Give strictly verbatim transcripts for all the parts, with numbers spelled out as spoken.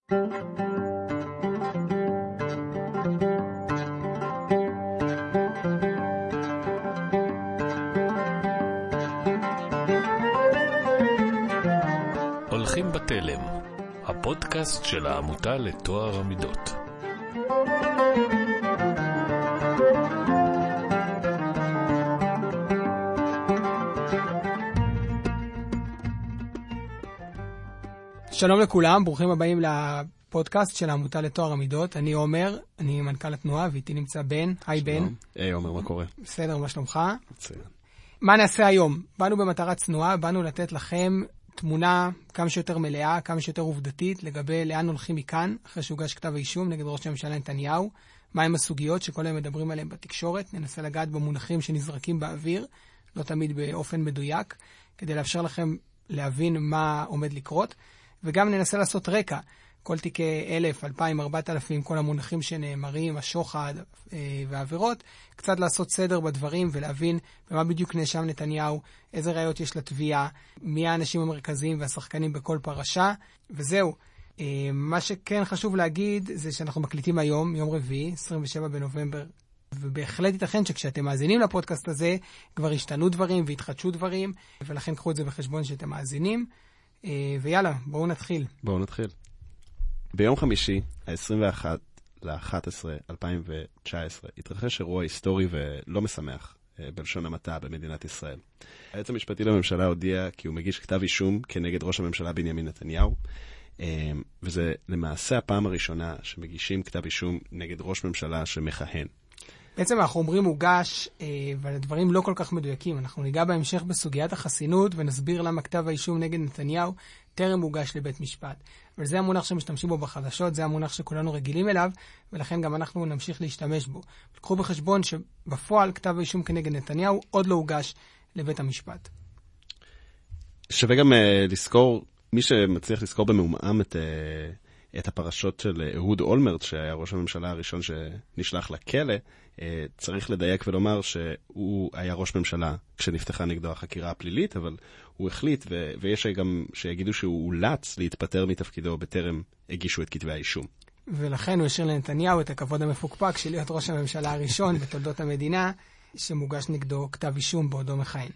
הולכים בתלם, הפודקאסט של העמותה לתואר המידות. שלום לכולם, ברוכים הבאים לפודקאסט של העמותה לתואר המידות. אני עומר, אני מנכ"ל התנועה, ואיתי נמצא בן. היי בן. היי עומר, מה קורה? בסדר, מה שלומך? מצוין. מה נעשה היום? באנו במטרה צנועה, באנו לתת לכם תמונה כמה שיותר מלאה, כמה שיותר עובדתית, לגבי לאן הולכים מכאן, אחרי שהוגש כתב האישום נגד ראש הממשלה נתניהו, מהם הסוגיות שכל היום מדברים עליהם בתקשורת, ננסה לגעת במונחים שנזרקים באוויר, לא תמיד באופן מדויק, כדי לאפשר לכם להבין מה עומד לקרות, וגם ננסה לעשות רקע, כל תיקי אלף, אלפיים, ארבעת אלפים, כל המונחים שנאמרים, השוחד אה, והעבירות, קצת לעשות סדר בדברים ולהבין במה בדיוק נאשם נתניהו, איזה ראיות יש לתביעה, מי האנשים המרכזיים והשחקנים בכל פרשה, וזהו. אה, מה שכן חשוב להגיד זה שאנחנו מקליטים היום, יום רביעי, עשרים ושבעה בנובמבר, ובהחלט ייתכן שכשאתם מאזינים לפודקאסט הזה, כבר השתנו דברים והתחדשו דברים, ולכן קחו את זה בחשבון שאתם מאזינים. אה, ויאללה, בואו נתחיל. בואו נתחיל. ביום חמישי, ה-עשרים ואחד לאחת עשרה אלפיים ותשע עשרה, התרחש אירוע היסטורי ולא משמח בלשון המעטה במדינת ישראל. היועץ המשפטי לממשלה הודיע כי הוא מגיש כתב אישום כנגד ראש הממשלה בנימין נתניהו, וזה למעשה הפעם הראשונה שמגישים כתב אישום נגד ראש ממשלה שמכהן. בעצם אנחנו אומרים הוגש, אבל הדברים לא כל כך מדויקים. אנחנו ניגע בהמשך בסוגיית החסינות ונסביר למה כתב האישום נגד נתניהו טרם הוגש לבית משפט. אבל זה המונח שמשתמשים בו בחדשות, זה המונח שכולנו רגילים אליו, ולכן גם אנחנו נמשיך להשתמש בו. לקחו בחשבון שבפועל כתב האישום כנגד נתניהו עוד לא הוגש לבית המשפט. שווה גם uh, לזכור, מי שמצליח לזכור במעומעם את, uh, את הפרשות של אהוד אולמרט, שהיה ראש הממשלה הראשון שנשלח לכלא, uh, צריך לדייק ולומר שהוא היה ראש ממשלה כשנפתחה נגדו החקירה הפלילית, אבל הוא החליט, ו- ויש גם שיגידו שהוא אולץ להתפטר מתפקידו בטרם הגישו את כתבי האישום. ולכן הוא השאיר לנתניהו את הכבוד המפוקפק של להיות ראש הממשלה הראשון בתולדות המדינה, שמוגש נגדו כתב אישום בעודו מכהן.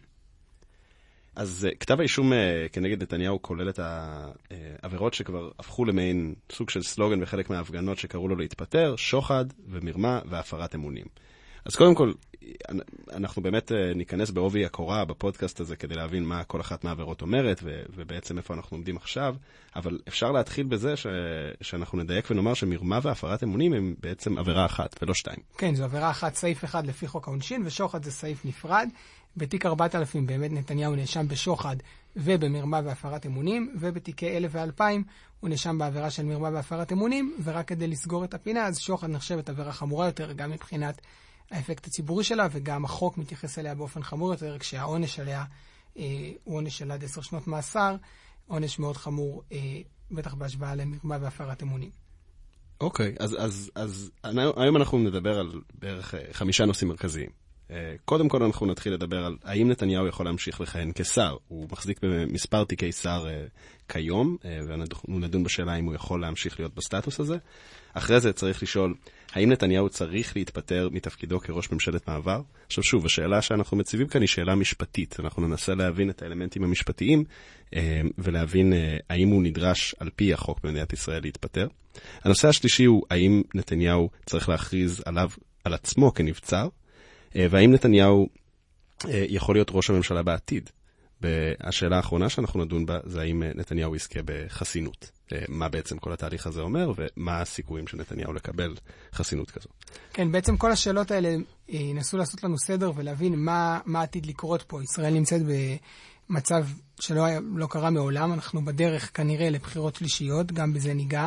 אז uh, כתב האישום uh, כנגד נתניהו כולל את העבירות שכבר הפכו למעין סוג של סלוגן בחלק מההפגנות שקראו לו להתפטר, שוחד ומרמה והפרת אמונים. אז קודם כל, אנחנו באמת ניכנס בעובי הקורה בפודקאסט הזה כדי להבין מה כל אחת מהעבירות אומרת ו- ובעצם איפה אנחנו עומדים עכשיו, אבל אפשר להתחיל בזה ש- שאנחנו נדייק ונאמר שמרמה והפרת אמונים הם בעצם עבירה אחת ולא שתיים. כן, זו עבירה אחת, סעיף אחד לפי חוק העונשין, ושוחד זה סעיף נפרד. בתיק ארבעת אלפים באמת נתניהו נאשם בשוחד ובמרמה והפרת אמונים, ובתיקי אלף ואלפיים הוא נאשם בעבירה של מרמה והפרת אמונים, ורק כדי לסגור את הפינה, אז שוחד נחשבת עבירה חמורה יותר, גם מבחינת האפקט הציבורי שלה, וגם החוק מתייחס אליה באופן חמור יותר, כשהעונש עליה אה, הוא עונש של עד עשר שנות מאסר, עונש מאוד חמור, אה, בטח בהשוואה למרמה והפרת אמונים. אוקיי, אז, אז, אז היום אנחנו נדבר על בערך חמישה נושאים מרכזיים. קודם כל אנחנו נתחיל לדבר על האם נתניהו יכול להמשיך לכהן כשר. הוא מחזיק במספר תיקי שר כיום, ואנחנו נדון בשאלה אם הוא יכול להמשיך להיות בסטטוס הזה. אחרי זה צריך לשאול, האם נתניהו צריך להתפטר מתפקידו כראש ממשלת מעבר? עכשיו שוב, השאלה שאנחנו מציבים כאן היא שאלה משפטית. אנחנו ננסה להבין את האלמנטים המשפטיים, ולהבין האם הוא נדרש על פי החוק במדינת ישראל להתפטר. הנושא השלישי הוא, האם נתניהו צריך להכריז עליו, על עצמו כנבצר? והאם נתניהו יכול להיות ראש הממשלה בעתיד? והשאלה האחרונה שאנחנו נדון בה זה האם נתניהו יזכה בחסינות. מה בעצם כל התהליך הזה אומר, ומה הסיכויים של נתניהו לקבל חסינות כזו. כן, בעצם כל השאלות האלה ינסו לעשות לנו סדר ולהבין מה, מה עתיד לקרות פה. ישראל נמצאת במצב שלא לא קרה מעולם, אנחנו בדרך כנראה לבחירות שלישיות, גם בזה ניגע.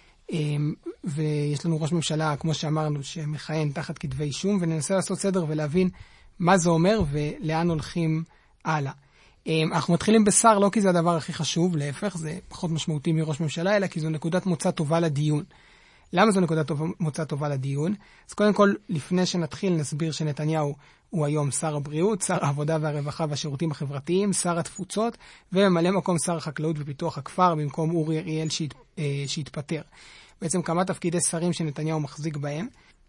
ויש לנו ראש ממשלה, כמו שאמרנו, שמכהן תחת כתבי אישום, וננסה לעשות סדר ולהבין מה זה אומר ולאן הולכים הלאה. אנחנו מתחילים בשר לא כי זה הדבר הכי חשוב, להפך, זה פחות משמעותי מראש ממשלה, אלא כי זו נקודת מוצא טובה לדיון. למה זו נקודת מוצא טובה לדיון? אז קודם כל, לפני שנתחיל, נסביר שנתניהו הוא היום שר הבריאות, שר העבודה והרווחה והשירותים החברתיים, שר התפוצות, וממלא מקום שר החקלאות ופיתוח הכפר, במקום אורי אריאל שהת, שהתפטר. בעצם כמה תפקידי שרים שנתניהו מחזיק בהם.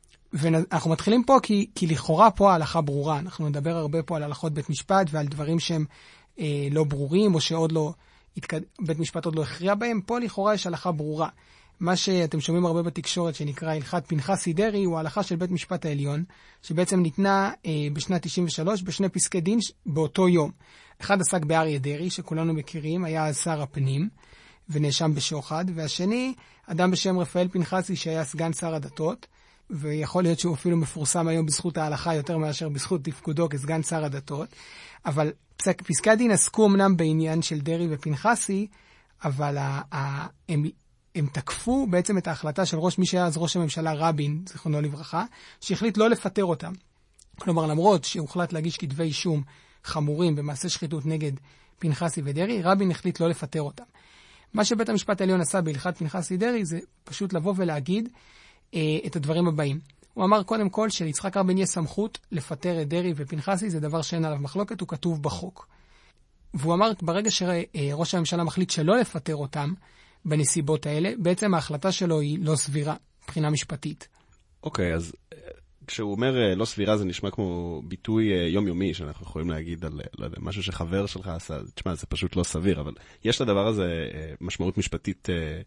ואנחנו מתחילים פה כי, כי לכאורה פה ההלכה ברורה. אנחנו נדבר הרבה פה על הלכות בית משפט ועל דברים שהם אה, לא ברורים, או שעוד לא, התקד... בית משפט עוד לא הכריע בהם. פה לכאורה יש הלכה ברורה. מה שאתם שומעים הרבה בתקשורת שנקרא הלכת פנחסי דרעי, הוא ההלכה של בית משפט העליון, שבעצם ניתנה אה, בשנת תשעים ושלוש בשני פסקי דין באותו יום. אחד עסק באריה דרעי, שכולנו מכירים, היה אז שר הפנים, ונאשם בשוחד, והשני, אדם בשם רפאל פנחסי, שהיה סגן שר הדתות, ויכול להיות שהוא אפילו מפורסם היום בזכות ההלכה יותר מאשר בזכות תפקודו כסגן שר הדתות, אבל פסק, פסקי הדין עסקו אמנם בעניין של דרעי ופנחסי, אבל ה, ה, הם, הם תקפו בעצם את ההחלטה של ראש, מי שהיה אז ראש הממשלה רבין, זיכרונו לברכה, שהחליט לא לפטר אותם. כלומר, למרות שהוחלט להגיש כתבי אישום חמורים במעשה שחיתות נגד פנחסי ודרעי, רבין החליט לא לפטר אותם. מה שבית המשפט העליון עשה בהלכת פנחסי דרעי זה פשוט לבוא ולהגיד אה, את הדברים הבאים. הוא אמר קודם כל שליצחק רבין יש סמכות לפטר את דרעי ופנחסי, זה דבר שאין עליו מחלוקת, הוא כתוב בחוק. והוא אמר ברגע שראש הממשלה מחליט שלא לפטר אותם בנסיבות האלה, בעצם ההחלטה שלו היא לא סבירה, מבחינה משפטית. אוקיי, אז כשהוא אומר לא סבירה זה נשמע כמו ביטוי יומיומי שאנחנו יכולים להגיד על לא יודע, משהו שחבר שלך עשה, תשמע, זה פשוט לא סביר, אבל יש לדבר הזה משמעות משפטית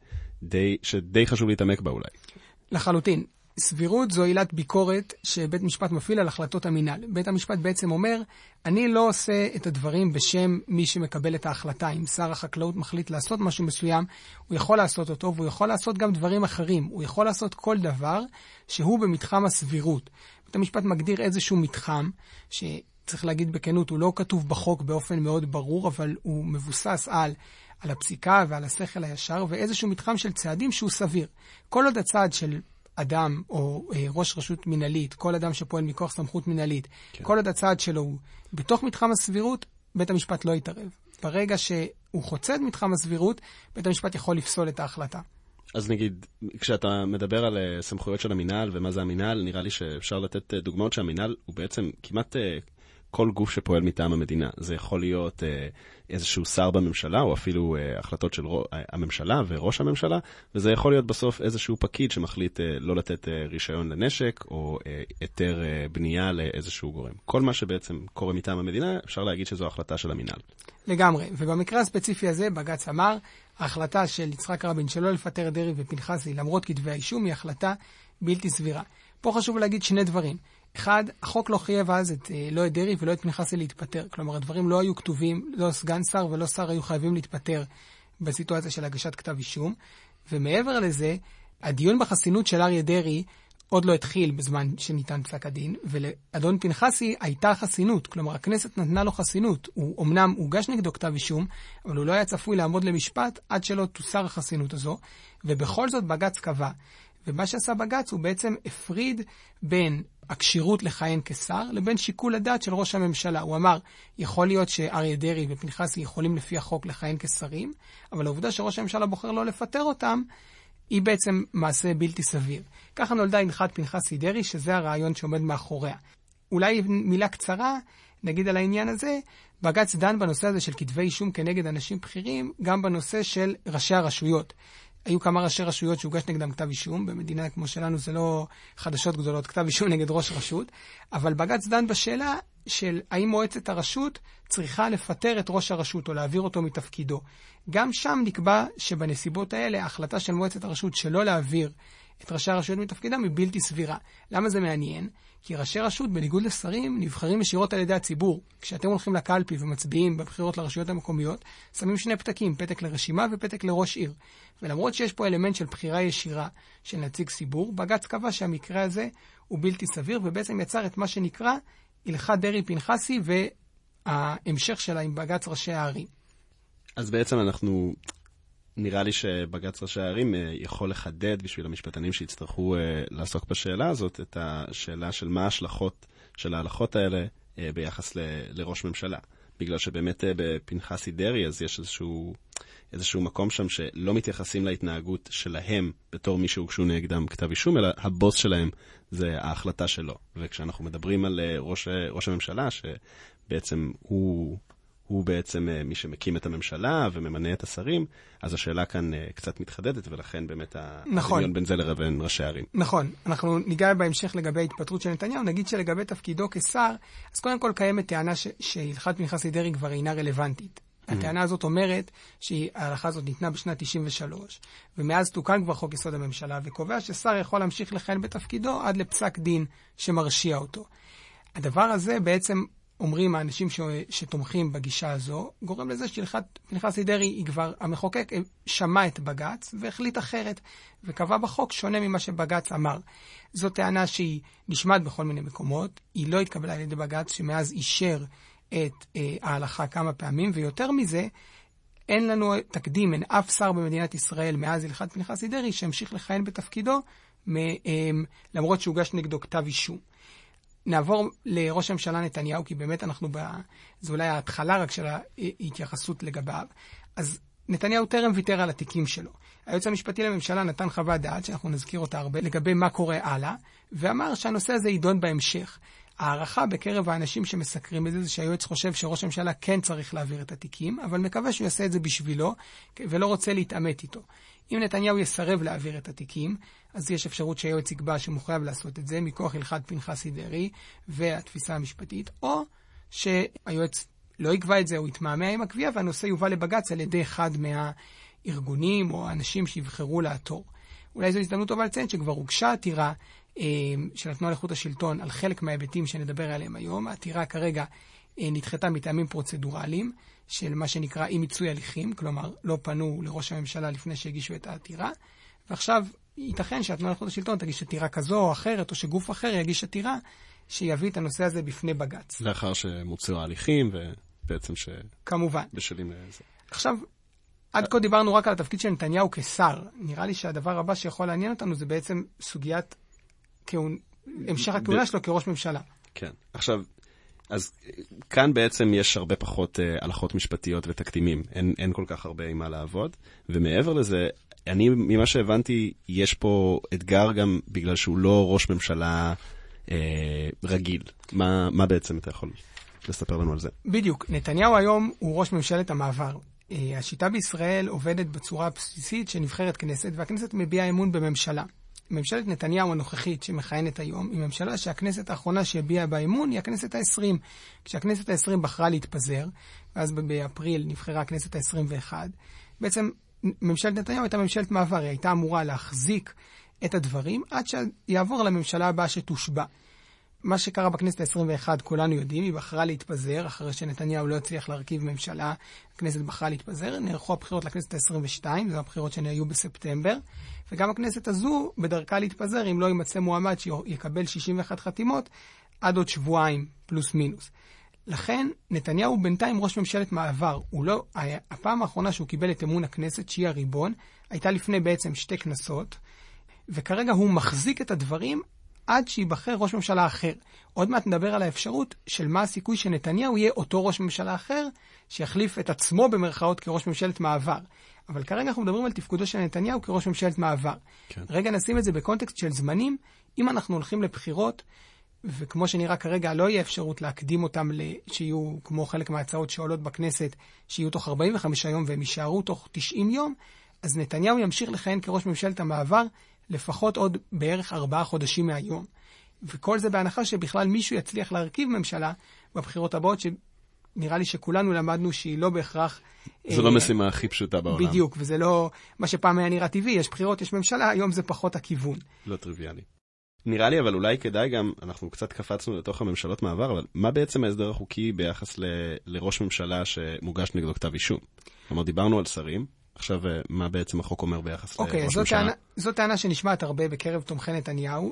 די, שדי חשוב להתעמק בה אולי. לחלוטין. סבירות זו עילת ביקורת שבית משפט מפעיל על החלטות המינהל. בית המשפט בעצם אומר, אני לא עושה את הדברים בשם מי שמקבל את ההחלטה. אם שר החקלאות מחליט לעשות משהו מסוים, הוא יכול לעשות אותו, והוא יכול לעשות גם דברים אחרים. הוא יכול לעשות כל דבר שהוא במתחם הסבירות. בית המשפט מגדיר איזשהו מתחם, שצריך להגיד בכנות, הוא לא כתוב בחוק באופן מאוד ברור, אבל הוא מבוסס על, על הפסיקה ועל השכל הישר, ואיזשהו מתחם של צעדים שהוא סביר. כל עוד הצעד של אדם או אה, ראש רשות מנהלית, כל אדם שפועל מכוח סמכות מנהלית, כן. כל עוד הצעד שלו הוא בתוך מתחם הסבירות, בית המשפט לא יתערב. ברגע שהוא חוצה את מתחם הסבירות, בית המשפט יכול לפסול את ההחלטה. אז נגיד, כשאתה מדבר על uh, סמכויות של המינהל ומה זה המינהל, נראה לי שאפשר לתת uh, דוגמאות שהמינהל הוא בעצם כמעט uh, כל גוף שפועל מטעם המדינה. זה יכול להיות uh, איזשהו שר בממשלה, או אפילו uh, החלטות של רו, uh, הממשלה וראש הממשלה, וזה יכול להיות בסוף איזשהו פקיד שמחליט uh, לא לתת uh, רישיון לנשק, או היתר uh, uh, בנייה לאיזשהו גורם. כל מה שבעצם קורה מטעם המדינה, אפשר להגיד שזו החלטה של המינהל. לגמרי, ובמקרה הספציפי הזה, בג"ץ אמר, ההחלטה של יצחק רבין שלא לפטר דרעי ופנחסי למרות כתבי האישום היא החלטה בלתי סבירה. פה חשוב להגיד שני דברים. אחד, החוק לא חייב אז את, לא את דרעי ולא את פנחסי להתפטר. כלומר, הדברים לא היו כתובים, לא סגן שר ולא שר היו חייבים להתפטר בסיטואציה של הגשת כתב אישום. ומעבר לזה, הדיון בחסינות של אריה דרעי עוד לא התחיל בזמן שניתן פסק הדין, ולאדון פנחסי הייתה חסינות. כלומר, הכנסת נתנה לו חסינות. הוא אמנם הוגש נגדו כתב אישום, אבל הוא לא היה צפוי לעמוד למשפט עד שלא תוסר החסינות הזו, ובכל זאת בג"ץ קבע. ומה שעשה בג"ץ הוא בעצם הפריד בין הקשירות לכהן כשר לבין שיקול הדעת של ראש הממשלה. הוא אמר, יכול להיות שאריה דרעי ופנחסי יכולים לפי החוק לכהן כשרים, אבל העובדה שראש הממשלה בוחר לא לפטר אותם, היא בעצם מעשה בלתי סביר. ככה נולדה הלכת פנחסי דרעי, שזה הרעיון שעומד מאחוריה. אולי מילה קצרה, נגיד על העניין הזה, בג"ץ דן בנושא הזה של כתבי אישום כנגד אנשים בכירים, גם בנושא של ראשי הרשויות. היו כמה ראשי רשויות שהוגש נגדם כתב אישום, במדינה כמו שלנו זה לא חדשות גדולות, כתב אישום נגד ראש רשות, אבל בג"ץ דן בשאלה של האם מועצת הרשות צריכה לפטר את ראש הרשות או להעביר אותו מתפקידו. גם שם נקבע שבנסיבות האלה ההחלטה של מועצת הרשות שלא להעביר את ראשי הרשויות מתפקידם היא בלתי סבירה. למה זה מעניין? כי ראשי רשות, בניגוד לשרים, נבחרים ישירות על ידי הציבור. כשאתם הולכים לקלפי ומצביעים בבחירות לרשויות המקומיות, שמים שני פתקים, פתק לרשימה ופתק לראש עיר. ולמרות שיש פה אלמנט של בחירה ישירה של נציג ציבור, בג"ץ קבע שהמקרה הזה הוא בלתי סביר, ובעצם יצר את מה שנקרא הלכת דרעי פנחסי וההמשך שלה עם בג"ץ ראשי הערים. אז בעצם אנחנו... נראה לי שבג"ץ ראשי הערים יכול לחדד בשביל המשפטנים שיצטרכו לעסוק בשאלה הזאת, את השאלה של מה ההשלכות של ההלכות האלה ביחס ל- לראש ממשלה. בגלל שבאמת בפנחסי דרעי, אז יש איזשהו, איזשהו מקום שם שלא מתייחסים להתנהגות שלהם בתור מי שהוגשו נגדם כתב אישום, אלא הבוס שלהם זה ההחלטה שלו. וכשאנחנו מדברים על ראש, ראש הממשלה, שבעצם הוא... הוא בעצם מי שמקים את הממשלה וממנה את השרים, אז השאלה כאן קצת מתחדדת, ולכן באמת נכון. הדמיון בין זה לבין ראשי הערים. נכון. אנחנו ניגע בהמשך לגבי ההתפטרות של נתניהו, נגיד שלגבי תפקידו כשר, אז קודם כל קיימת טענה ש- שהלכת פנחסי דרעי כבר אינה רלוונטית. Mm-hmm. הטענה הזאת אומרת שההלכה הזאת ניתנה בשנת תשעים ושלוש, ומאז תוקן כבר חוק יסוד הממשלה, וקובע ששר יכול להמשיך לכהן בתפקידו עד לפסק דין שמרשיע אותו. הדבר הזה בעצם אומרים האנשים ש... שתומכים בגישה הזו, גורם לזה שהלכת פנחסי דרעי היא כבר, המחוקק שמע את בג"ץ והחליט אחרת, וקבע בחוק שונה ממה שבג"ץ אמר. זו טענה שהיא נשמעת בכל מיני מקומות, היא לא התקבלה על ידי בג"ץ שמאז אישר את אה, ההלכה כמה פעמים, ויותר מזה, אין לנו תקדים, אין אף שר במדינת ישראל מאז הלכת פנחסי דרעי שהמשיך לכהן בתפקידו, מ... אה, למרות שהוגש נגדו כתב אישום. נעבור לראש הממשלה נתניהו, כי באמת אנחנו ב... זה אולי ההתחלה רק של ההתייחסות לגביו. אז נתניהו טרם ויתר על התיקים שלו. היועץ המשפטי לממשלה נתן חוות דעת, שאנחנו נזכיר אותה הרבה, לגבי מה קורה הלאה, ואמר שהנושא הזה יידון בהמשך. הערכה בקרב האנשים שמסקרים את זה, זה שהיועץ חושב שראש הממשלה כן צריך להעביר את התיקים, אבל מקווה שהוא יעשה את זה בשבילו, ולא רוצה להתעמת איתו. אם נתניהו יסרב להעביר את התיקים, אז יש אפשרות שהיועץ יקבע שמחויב לעשות את זה, מכוח הלכת פנחסי דרעי והתפיסה המשפטית, או שהיועץ לא יקבע את זה, הוא יתמהמה עם הקביעה, והנושא יובא לבג"ץ על ידי אחד מהארגונים או האנשים שיבחרו לעתור. אולי זו הזדמנות טובה לציין שכבר הוגשה עתירה של התנועה לאיכות השלטון על חלק מההיבטים שנדבר עליהם היום. העתירה כרגע נדחתה מטעמים פרוצדורליים של מה שנקרא אי מיצוי הליכים, כלומר לא פנו לראש הממשלה לפני שהגישו את העתירה, ועכשיו ייתכן שהתנועה לאיכות השלטון תגיש עתירה כזו או אחרת, או שגוף אחר יגיש עתירה שיביא את הנושא הזה בפני בג"ץ. לאחר שמוצאו ההליכים ובעצם ש... כמובן. בשלים לזה. עכשיו, עד כה דיברנו רק על התפקיד של נתניהו כשר. נראה לי שהדבר הבא שיכול לעניין אותנו זה בעצם סוגיית כהונ... המשך הכהונה ב... שלו כראש ממשלה. כן. עכשיו, אז כאן בעצם יש הרבה פחות uh, הלכות משפטיות ותקדימים. אין, אין כל כך הרבה עם מה לעבוד. ומעבר לזה, אני, ממה שהבנתי, יש פה אתגר גם בגלל שהוא לא ראש ממשלה אה, רגיל. מה, מה בעצם אתה יכול לספר לנו על זה? בדיוק. נתניהו היום הוא ראש ממשלת המעבר. אה, השיטה בישראל עובדת בצורה בסיסית שנבחרת כנסת, והכנסת מביעה אמון בממשלה. ממשלת נתניהו הנוכחית שמכהנת היום, היא ממשלה שהכנסת האחרונה שהביעה באמון היא הכנסת העשרים. כשהכנסת העשרים בחרה להתפזר, ואז באפריל נבחרה הכנסת העשרים ואחת, בעצם ממשלת נתניהו הייתה ממשלת מעבר, היא הייתה אמורה להחזיק את הדברים עד שיעבור לממשלה הבאה שתושבע. מה שקרה בכנסת ה-עשרים ואחת כולנו יודעים, היא בחרה להתפזר, אחרי שנתניהו לא הצליח להרכיב ממשלה, הכנסת בחרה להתפזר, נערכו הבחירות לכנסת ה-עשרים ושתיים, זו הבחירות שנהיו בספטמבר, וגם הכנסת הזו בדרכה להתפזר, אם לא יימצא מועמד שיקבל שישים ואחת חתימות, עד עוד שבועיים פלוס מינוס. לכן, נתניהו בינתיים ראש ממשלת מעבר. הוא לא, הפעם האחרונה שהוא קיבל את אמון הכנסת, שהיא הריבון, הייתה לפני בעצם שתי כנסות, וכרגע הוא מחזיק את הדברים עד שיבחר ראש ממשלה אחר. עוד מעט נדבר על האפשרות של מה הסיכוי שנתניהו יהיה אותו ראש ממשלה אחר, שיחליף את עצמו במרכאות כראש ממשלת מעבר. אבל כרגע אנחנו מדברים על תפקודו של נתניהו כראש ממשלת מעבר. כן. רגע נשים את זה בקונטקסט של זמנים. אם אנחנו הולכים לבחירות, וכמו שנראה כרגע, לא יהיה אפשרות להקדים אותם שיהיו, כמו חלק מההצעות שעולות בכנסת, שיהיו תוך ארבעים וחמישה יום והם יישארו תוך תשעים יום, אז נתניהו ימשיך לכהן כראש ממשלת המעבר לפחות עוד בערך ארבעה חודשים מהיום. וכל זה בהנחה שבכלל מישהו יצליח להרכיב ממשלה בבחירות הבאות, שנראה לי שכולנו למדנו שהיא לא בהכרח... זו לא משימה הכי פשוטה בעולם. בדיוק, וזה לא מה שפעם היה נראה טבעי, יש בחירות, יש ממשלה, היום זה פחות הכיוון. לא טריוויאלי. נראה לי, אבל אולי כדאי גם, אנחנו קצת קפצנו לתוך הממשלות מעבר, אבל מה בעצם ההסדר החוקי ביחס ל, לראש ממשלה שמוגש נגדו כתב אישום? כלומר, דיברנו על שרים, עכשיו מה בעצם החוק אומר ביחס okay, לראש ממשלה? טענה, זו טענה שנשמעת הרבה בקרב תומכי נתניהו,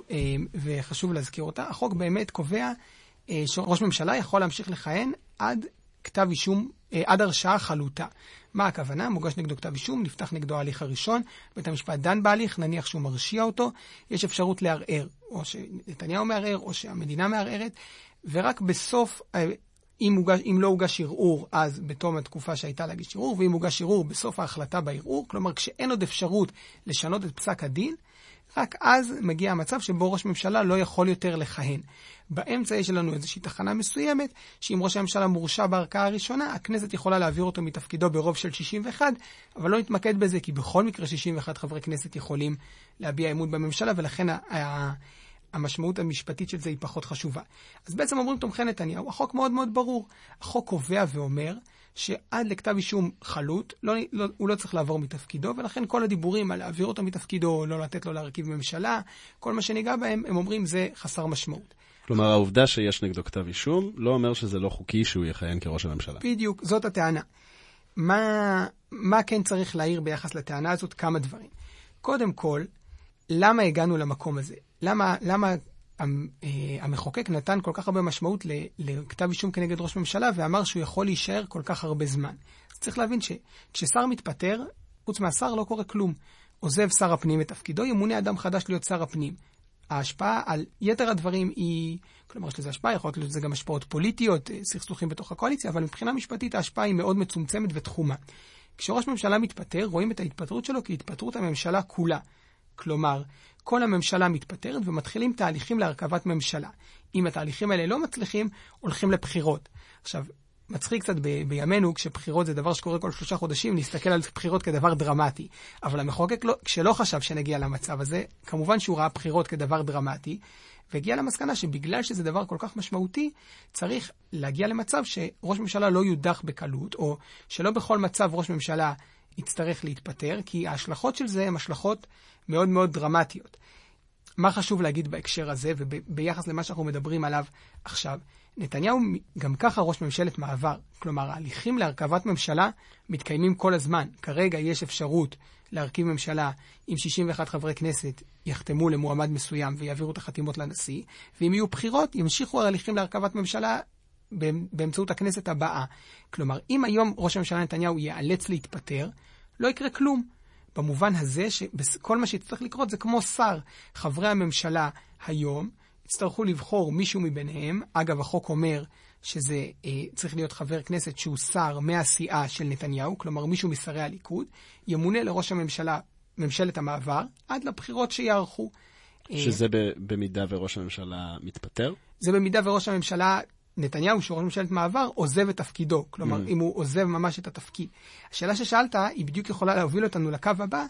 וחשוב להזכיר אותה. החוק באמת קובע שראש ממשלה יכול להמשיך לכהן עד כתב אישום, עד הרשעה חלוטה. מה הכוונה? מוגש נגדו כתב אישום, נפתח נגדו ההליך הראשון, בית המשפט דן בהליך, נניח שהוא מרשיע אותו, יש אפשרות לערער, או שנתניהו מערער, או שהמדינה מערערת, ורק בסוף, אם, הוגש, אם לא הוגש ערעור, אז בתום התקופה שהייתה להגיש ערעור, ואם הוגש ערעור בסוף ההחלטה בערעור, כלומר, כשאין עוד אפשרות לשנות את פסק הדין, רק אז מגיע המצב שבו ראש ממשלה לא יכול יותר לכהן. באמצע יש לנו איזושהי תחנה מסוימת, שאם ראש הממשלה מורשע בערכאה הראשונה, הכנסת יכולה להעביר אותו מתפקידו ברוב של שישים ואחת, אבל לא נתמקד בזה, כי בכל מקרה שישים ואחת חברי כנסת יכולים להביע אמון בממשלה, ולכן ה- המשמעות המשפטית של זה היא פחות חשובה. אז בעצם אומרים תומכי נתניהו, החוק מאוד מאוד ברור. החוק קובע ואומר שעד לכתב אישום חלוט, לא, לא, הוא לא צריך לעבור מתפקידו, ולכן כל הדיבורים על להעביר אותו מתפקידו, לא לתת לו להרכיב ממשלה, כל מה שניגע בהם, הם אומרים זה חסר משמעות. כלומר, העובדה שיש נגדו כתב אישום, לא אומר שזה לא חוקי שהוא יכהן כראש הממשלה. בדיוק, זאת הטענה. מה, מה כן צריך להעיר ביחס לטענה הזאת? כמה דברים. קודם כל, למה הגענו למקום הזה? למה, למה המחוקק נתן כל כך הרבה משמעות לכתב אישום כנגד ראש ממשלה, ואמר שהוא יכול להישאר כל כך הרבה זמן? אז צריך להבין שכששר מתפטר, חוץ מהשר לא קורה כלום. עוזב שר הפנים את תפקידו, ימונה אדם חדש להיות שר הפנים. ההשפעה על יתר הדברים היא, כלומר יש לזה השפעה, יכול להיות לזה גם השפעות פוליטיות, סכסוכים בתוך הקואליציה, אבל מבחינה משפטית ההשפעה היא מאוד מצומצמת ותחומה. כשראש ממשלה מתפטר, רואים את ההתפטרות שלו כהתפטרות הממשלה כולה. כלומר, כל הממשלה מתפטרת ומתחילים תהליכים להרכבת ממשלה. אם התהליכים האלה לא מצליחים, הולכים לבחירות. עכשיו, מצחיק קצת ב- בימינו, כשבחירות זה דבר שקורה כל שלושה חודשים, להסתכל על בחירות כדבר דרמטי. אבל המחוקק לא, כשלא חשב שנגיע למצב הזה, כמובן שהוא ראה בחירות כדבר דרמטי, והגיע למסקנה שבגלל שזה דבר כל כך משמעותי, צריך להגיע למצב שראש ממשלה לא יודח בקלות, או שלא בכל מצב ראש ממשלה יצטרך להתפטר, כי ההשלכות של זה הן השלכות מאוד מאוד דרמטיות. מה חשוב להגיד בהקשר הזה, וביחס למה שאנחנו מדברים עליו עכשיו? נתניהו גם ככה ראש ממשלת מעבר. כלומר, ההליכים להרכבת ממשלה מתקיימים כל הזמן. כרגע יש אפשרות להרכיב ממשלה עם שישים ואחת חברי כנסת יחתמו למועמד מסוים ויעבירו את החתימות לנשיא, ואם יהיו בחירות, ימשיכו ההליכים להרכבת ממשלה באמצעות הכנסת הבאה. כלומר, אם היום ראש הממשלה נתניהו ייאלץ להתפטר, לא יקרה כלום. במובן הזה שכל מה שיצטרך לקרות זה כמו שר. חברי הממשלה היום יצטרכו לבחור מישהו מביניהם. אגב, החוק אומר שזה אה, צריך להיות חבר כנסת שהוא שר מהסיעה של נתניהו, כלומר מישהו משרי הליכוד, ימונה לראש הממשלה, ממשלת המעבר, עד לבחירות שיערכו. שזה ב- במידה וראש הממשלה מתפטר? זה במידה וראש הממשלה נתניהו, שהוא ראש ממשלת מעבר, עוזב את תפקידו. כלומר, mm. אם הוא עוזב ממש את התפקיד. השאלה ששאלת, היא בדיוק יכולה להוביל אותנו לקו הבא.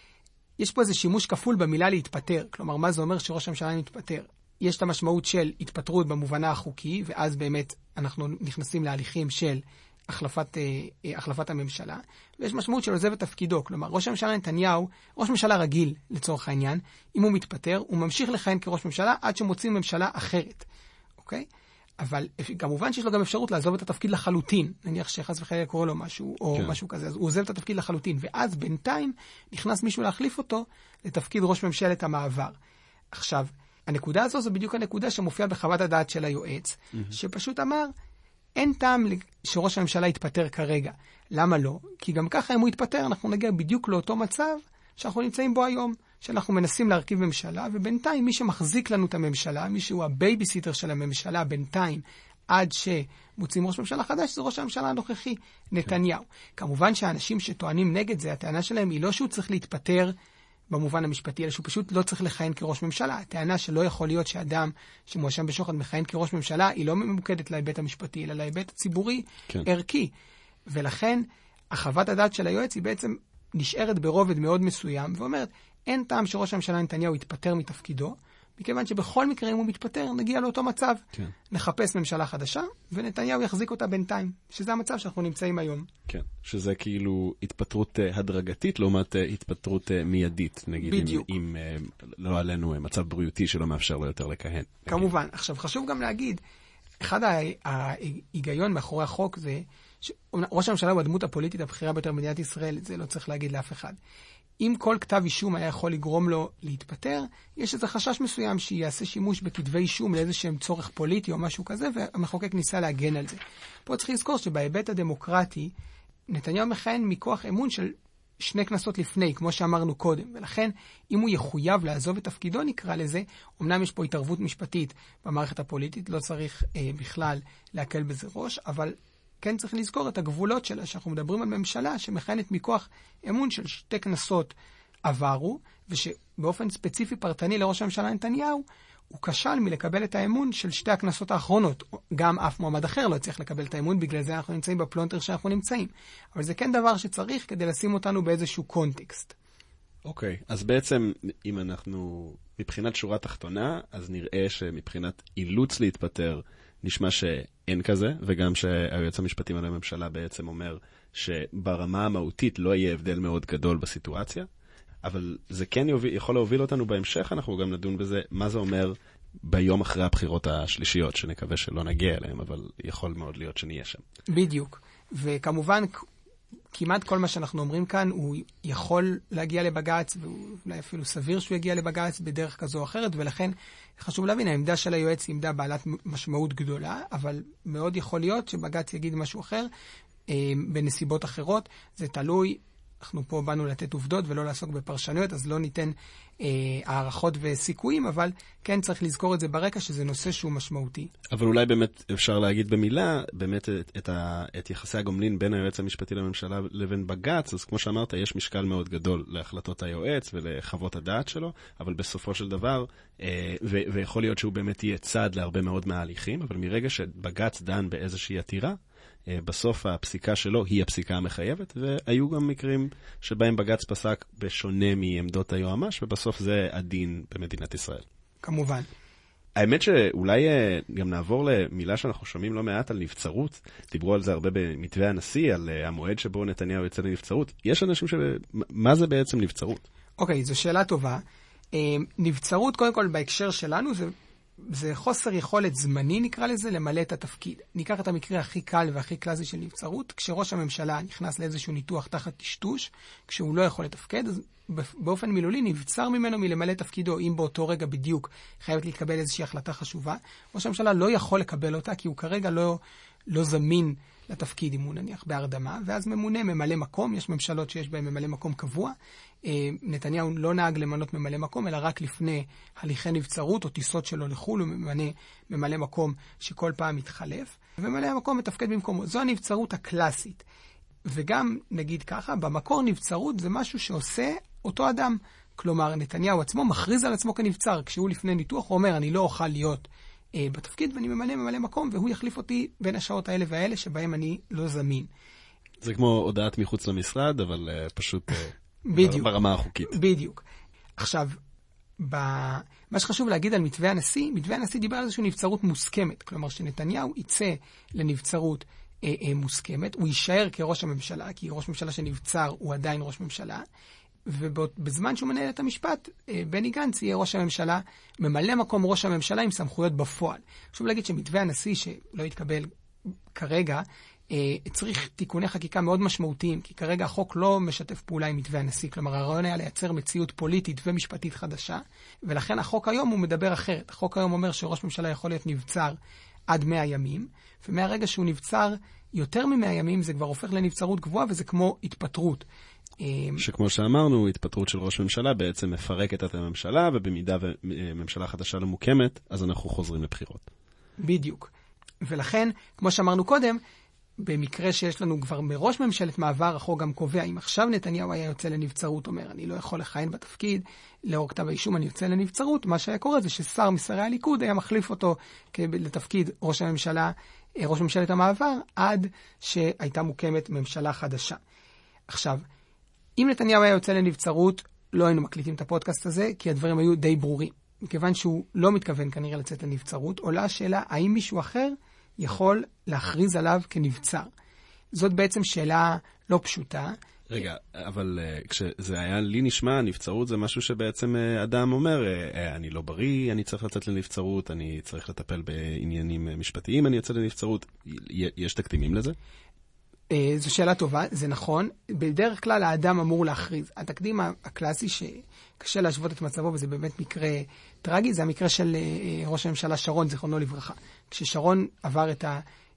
יש פה איזה שימוש כפול במילה להתפטר. כלומר, מה זה אומר שראש הממשלה מתפטר? יש את המשמעות של התפטרות במובנה החוקי, ואז באמת אנחנו נכנסים להליכים של החלפת, אה, החלפת הממשלה. ויש משמעות של עוזב את תפקידו. כלומר, ראש הממשלה נתניהו, ראש ממשלה רגיל לצורך העניין, אם הוא מתפטר, הוא ממשיך לכהן כראש ממשלה עד שמוצאים ממשלה אחרת. אוקיי? אבל כמובן שיש לו גם אפשרות לעזוב את התפקיד לחלוטין. נניח שחס וחלילה קורא לו משהו, או כן. משהו כזה. אז הוא עוזב את התפקיד לחלוטין. ואז בינתיים נכנס מישהו להחליף אותו לתפקיד ראש ממשלת המעבר. עכשיו, הנקודה הזו זו בדיוק הנקודה שמופיעה בחוות הדעת של היועץ, mm-hmm. שפשוט אמר, אין טעם שראש הממשלה יתפטר כרגע. למה לא? כי גם ככה אם הוא יתפטר, אנחנו נגיע בדיוק לאותו מצב שאנחנו נמצאים בו היום, שאנחנו מנסים להרכיב ממשלה, ובינתיים מי שמחזיק לנו את הממשלה, מי שהוא הבייביסיטר של הממשלה בינתיים, עד שמוצאים ראש ממשלה חדש, זה ראש הממשלה הנוכחי, נתניהו. Okay. כמובן שהאנשים שטוענים נגד זה, הטענה שלהם היא לא שהוא צריך להתפטר במובן המשפטי, אלא שהוא פשוט לא צריך לכהן כראש ממשלה. הטענה שלא יכול להיות שאדם שמואשם בשוחד מכהן כראש ממשלה, היא לא ממוקדת להיבט המשפטי, אלא להיבט הציבורי כן. ערכי. ולכן, החוות הדעת של היועץ היא בעצם נשארת ברובד מאוד מסוים, ואומרת, אין טעם שראש הממשלה נתניהו יתפטר מתפקידו, מכיוון שבכל מקרה אם הוא מתפטר, נגיע לאותו מצב. כן. נחפש ממשלה חדשה, ונתניהו יחזיק אותה בינתיים, שזה המצב שאנחנו נמצאים היום. כן, שזה כאילו התפטרות הדרגתית, לעומת התפטרות מיידית, נגיד, בדיוק. אם, אם לא עלינו מצב בריאותי שלא מאפשר לו יותר לכהן. כמובן. נגיד. עכשיו, חשוב גם להגיד, אחד ההיגיון מאחורי החוק זה, ראש הממשלה הוא הדמות הפוליטית הבכירה ביותר במדינת ישראל, זה לא צריך להגיד לאף אחד. אם כל כתב אישום היה יכול לגרום לו להתפטר, יש איזה חשש מסוים שיעשה שימוש בכתבי אישום לאיזשהם צורך פוליטי או משהו כזה, והמחוקק ניסה להגן על זה. פה צריך לזכור שבהיבט הדמוקרטי, נתניהו מכהן מכוח אמון של שני כנסות לפני, כמו שאמרנו קודם, ולכן אם הוא יחויב לעזוב את תפקידו, נקרא לזה, אמנם יש פה התערבות משפטית במערכת הפוליטית, לא צריך אה, בכלל להקל בזה ראש, אבל כן צריך לזכור את הגבולות שלה, שאנחנו מדברים על ממשלה שמכהנת מכוח אמון של שתי כנסות עברו, ושבאופן ספציפי פרטני לראש הממשלה נתניהו, הוא כשל מלקבל את האמון של שתי הכנסות האחרונות. גם אף מועמד אחר לא צריך לקבל את האמון, בגלל זה אנחנו נמצאים בפלונטר שאנחנו נמצאים. אבל זה כן דבר שצריך כדי לשים אותנו באיזשהו קונטקסט. אוקיי, okay, אז בעצם אם אנחנו מבחינת שורה תחתונה, אז נראה שמבחינת אילוץ להתפטר, נשמע שאין כזה, וגם שהיועץ המשפטי על הממשלה בעצם אומר שברמה המהותית לא יהיה הבדל מאוד גדול בסיטואציה. אבל זה כן יוביל, יכול להוביל אותנו בהמשך, אנחנו גם נדון בזה, מה זה אומר ביום אחרי הבחירות השלישיות, שנקווה שלא נגיע אליהם, אבל יכול מאוד להיות שנהיה שם. בדיוק. וכמובן, כמעט כל מה שאנחנו אומרים כאן, הוא יכול להגיע לבג"ץ, ואולי אפילו סביר שהוא יגיע לבג"ץ בדרך כזו או אחרת, ולכן חשוב להבין, העמדה של היועץ היא עמדה בעלת משמעות גדולה, אבל מאוד יכול להיות שבג"ץ יגיד משהו אחר, בנסיבות אחרות, זה תלוי, אנחנו פה באנו לתת עובדות ולא לעסוק בפרשנויות, אז לא ניתן אה, הערכות וסיכויים, אבל כן צריך לזכור את זה ברקע, שזה נושא שהוא משמעותי. אבל אולי באמת אפשר להגיד במילה, באמת את, את, ה, את יחסי הגומלין בין היועץ המשפטי לממשלה לבין בג"ץ, אז כמו שאמרת, יש משקל מאוד גדול להחלטות היועץ ולחוות הדעת שלו, אבל בסופו של דבר, אה, ו, ויכול להיות שהוא באמת יהיה צד להרבה מאוד מההליכים, אבל מרגע שבג"ץ דן באיזושהי עתירה, בסוף הפסיקה שלו היא הפסיקה המחייבת, והיו גם מקרים שבהם בג"ץ פסק בשונה מעמדות היועמ"ש, ובסוף זה הדין במדינת ישראל. כמובן. האמת שאולי גם נעבור למילה שאנחנו שומעים לא מעט על נבצרות, דיברו על זה הרבה במתווה הנשיא, על המועד שבו נתניהו יוצא לנבצרות. יש אנשים ש... מה זה בעצם נבצרות? אוקיי, זו שאלה טובה. נבצרות, קודם כל בהקשר שלנו, זה... זה חוסר יכולת זמני, נקרא לזה, למלא את התפקיד. ניקח את המקרה הכי קל והכי קלאסי של נבצרות, כשראש הממשלה נכנס לאיזשהו ניתוח תחת טשטוש, כשהוא לא יכול לתפקד, אז באופן מילולי נבצר ממנו מלמלא תפקידו, אם באותו רגע בדיוק חייבת להתקבל איזושהי החלטה חשובה. ראש הממשלה לא יכול לקבל אותה, כי הוא כרגע לא, לא זמין לתפקיד, אם הוא נניח בהרדמה, ואז ממונה ממלא מקום, יש ממשלות שיש בהן ממלא מקום קבוע, נתניהו לא נהג למנות ממלא מקום, אלא רק לפני הליכי נבצרות או טיסות שלו לחול, הוא ממנה ממלא מקום שכל פעם מתחלף, וממלא המקום מתפקד במקומו. זו הנבצרות הקלאסית. וגם, נגיד ככה, במקור נבצרות זה משהו שעושה אותו אדם. כלומר, נתניהו עצמו מכריז על עצמו כנבצר. כשהוא לפני ניתוח, הוא אומר, אני לא אוכל להיות אה, בתפקיד, ואני ממלא ממלא מקום, והוא יחליף אותי בין השעות האלה והאלה, שבהם אני לא זמין. זה כמו הודעת מחוץ למשרד, אבל אה, פשוט... אה... בדיוק. ברמה החוקית. בדיוק. עכשיו, ב... מה שחשוב להגיד על מתווה הנשיא, מתווה הנשיא דיבר על איזושהי נבצרות מוסכמת. כלומר, שנתניהו יצא לנבצרות אה, אה, מוסכמת, הוא יישאר כראש הממשלה, כי ראש ממשלה שנבצר הוא עדיין ראש ממשלה, ובזמן שהוא מנהל את המשפט, אה, בני גנץ יהיה ראש הממשלה, ממלא מקום ראש הממשלה עם סמכויות בפועל. חשוב להגיד שמתווה הנשיא, שלא יתקבל כרגע, צריך תיקוני חקיקה מאוד משמעותיים, כי כרגע החוק לא משתף פעולה עם מתווה הנשיא, כלומר הרעיון היה לייצר מציאות פוליטית ומשפטית חדשה, ולכן החוק היום הוא מדבר אחרת. החוק היום אומר שראש ממשלה יכול להיות נבצר עד מאה ימים, ומהרגע שהוא נבצר יותר ממאה ימים זה כבר הופך לנבצרות גבוהה, וזה כמו התפטרות. שכמו שאמרנו, התפטרות של ראש ממשלה בעצם מפרקת את הממשלה, ובמידה וממשלה חדשה לא מוקמת, אז אנחנו חוזרים לבחירות. בדיוק. ולכן, כמו שאמרנו קודם, במקרה שיש לנו כבר מראש ממשלת מעבר, החוק גם קובע, אם עכשיו נתניהו היה יוצא לנבצרות, אומר, אני לא יכול לכהן בתפקיד, לאור כתב האישום אני יוצא לנבצרות, מה שהיה קורה זה ששר משרי הליכוד היה מחליף אותו לתפקיד ראש הממשלה, ראש ממשלת המעבר, עד שהייתה מוקמת ממשלה חדשה. עכשיו, אם נתניהו היה יוצא לנבצרות, לא היינו מקליטים את הפודקאסט הזה, כי הדברים היו די ברורים. מכיוון שהוא לא מתכוון כנראה לצאת לנבצרות, עולה השאלה, האם מישהו אחר יכול להכריז עליו כנבצר? זאת בעצם שאלה לא פשוטה. רגע, אבל uh, כשזה היה לי נשמע, נבצרות זה משהו שבעצם uh, אדם אומר, uh, אני לא בריא, אני צריך לצאת לנבצרות, אני צריך לטפל בעניינים uh, משפטיים, אני יוצא לנבצרות. יש תקדימים לזה? Uh, זו שאלה טובה, זה נכון. בדרך כלל האדם אמור להכריז. התקדים הקלאסי שקשה להשוות את מצבו, וזה באמת מקרה טרגי, זה המקרה של uh, ראש הממשלה שרון, זיכרונו לברכה. כששרון עבר את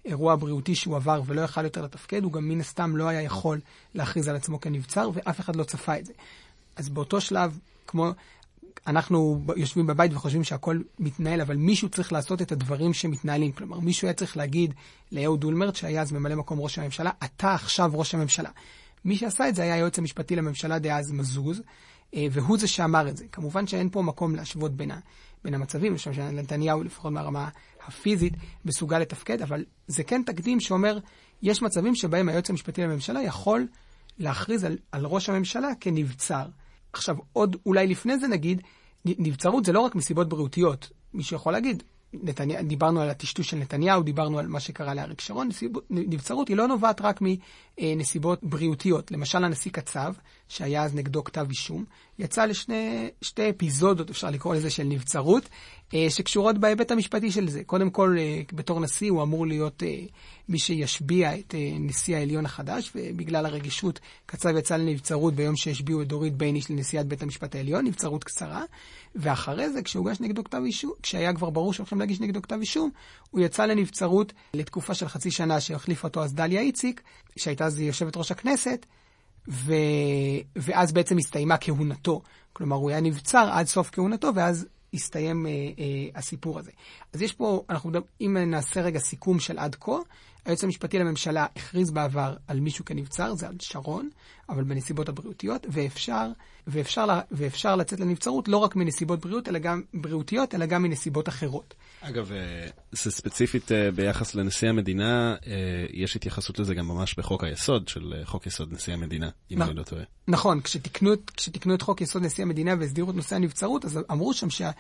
אירוע בריאותי שהוא עבר ולא יכל יותר לתפקד, הוא גם מן הסתם לא היה יכול להכריז על עצמו כנבצר, ואף אחד לא צפה את זה. אז באותו שלב, כמו אנחנו יושבים בבית וחושבים שהכל מתנהל, אבל מישהו צריך לעשות את הדברים שמתנהלים. כלומר, מישהו היה צריך להגיד לאהוד אולמרט, שהיה אז ממלא מקום ראש הממשלה, אתה עכשיו ראש הממשלה. מי שעשה את זה היה היועץ המשפטי לממשלה דאז מזוז, והוא זה שאמר את זה. כמובן שאין פה מקום להשוות בין, בין המצבים, לשם שנתניהו, לפחות מהרמה הפיזית, מסוגל לתפקד, אבל זה כן תקדים שאומר, יש מצבים שבהם היועץ המשפטי לממשלה יכול להכריז על, על ראש הממשלה כנבצר. עכשיו, עוד אולי לפני זה נגיד, נבצרות זה לא רק מסיבות בריאותיות. מישהו יכול להגיד, נתניה, דיברנו על הטשטוש של נתניהו, דיברנו על מה שקרה לאריק שרון, נבצרות היא לא נובעת רק מנסיבות בריאותיות. למשל, הנשיא קצב, שהיה אז נגדו כתב אישום, יצא לשני שתי אפיזודות, אפשר לקרוא לזה, של נבצרות, שקשורות בהיבט המשפטי של זה. קודם כל, בתור נשיא הוא אמור להיות מי שישביע את נשיא העליון החדש, ובגלל הרגישות קצב יצא לנבצרות ביום שהשביעו את דורית בייניש לנשיאת בית המשפט העליון, נבצרות קצרה, ואחרי זה, כשהוגש נגדו כתב אישום, כשהיה כבר ברור שהולכים להגיש נגדו כתב אישום, הוא יצא לנבצרות לתקופה של חצי שנה שהחליף אותו אז דליה איציק, שהייתה אז יושבת ראש הכנסת, ו... ואז בעצם הסתיימה כהונתו. כלומר, הוא היה נבצר עד סוף כהונתו, ואז הסתיים אה, אה, הסיפור הזה. אז יש פה, אנחנו מדבר, אם נעשה רגע סיכום של עד כה, היועץ המשפטי לממשלה הכריז בעבר על מישהו כנבצר, זה על שרון, אבל בנסיבות הבריאותיות, ואפשר, ואפשר, ואפשר לצאת לנבצרות לא רק מנסיבות בריאות, אלא גם בריאותיות, אלא גם מנסיבות אחרות. אגב, זה ספציפית ביחס לנשיא המדינה, יש התייחסות לזה גם ממש בחוק היסוד של חוק יסוד נשיא המדינה, אם אני לא טועה. נכון, כשתקנו, כשתקנו את חוק יסוד נשיא המדינה והסדירו את נושא הנבצרות, אז אמרו שם שה...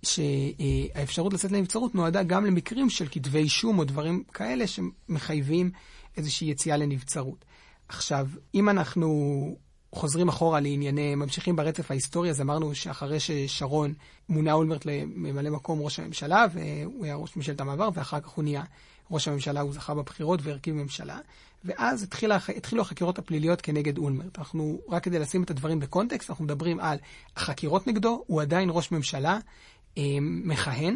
שהאפשרות לצאת לנבצרות נועדה גם למקרים של כתבי אישום או דברים כאלה שמחייבים איזושהי יציאה לנבצרות. עכשיו, אם אנחנו חוזרים אחורה לענייני, ממשיכים ברצף ההיסטורי, אז אמרנו שאחרי ששרון מונה אולמרט לממלא מקום ראש הממשלה, והוא היה ראש ממשלת המעבר, ואחר כך הוא נהיה ראש הממשלה, הוא זכה בבחירות והרכיב ממשלה, ואז התחילה, התחילו החקירות הפליליות כנגד אולמרט. אנחנו, רק כדי לשים את הדברים בקונטקסט, אנחנו מדברים על החקירות נגדו, הוא עדיין ראש ממשלה, מכהן,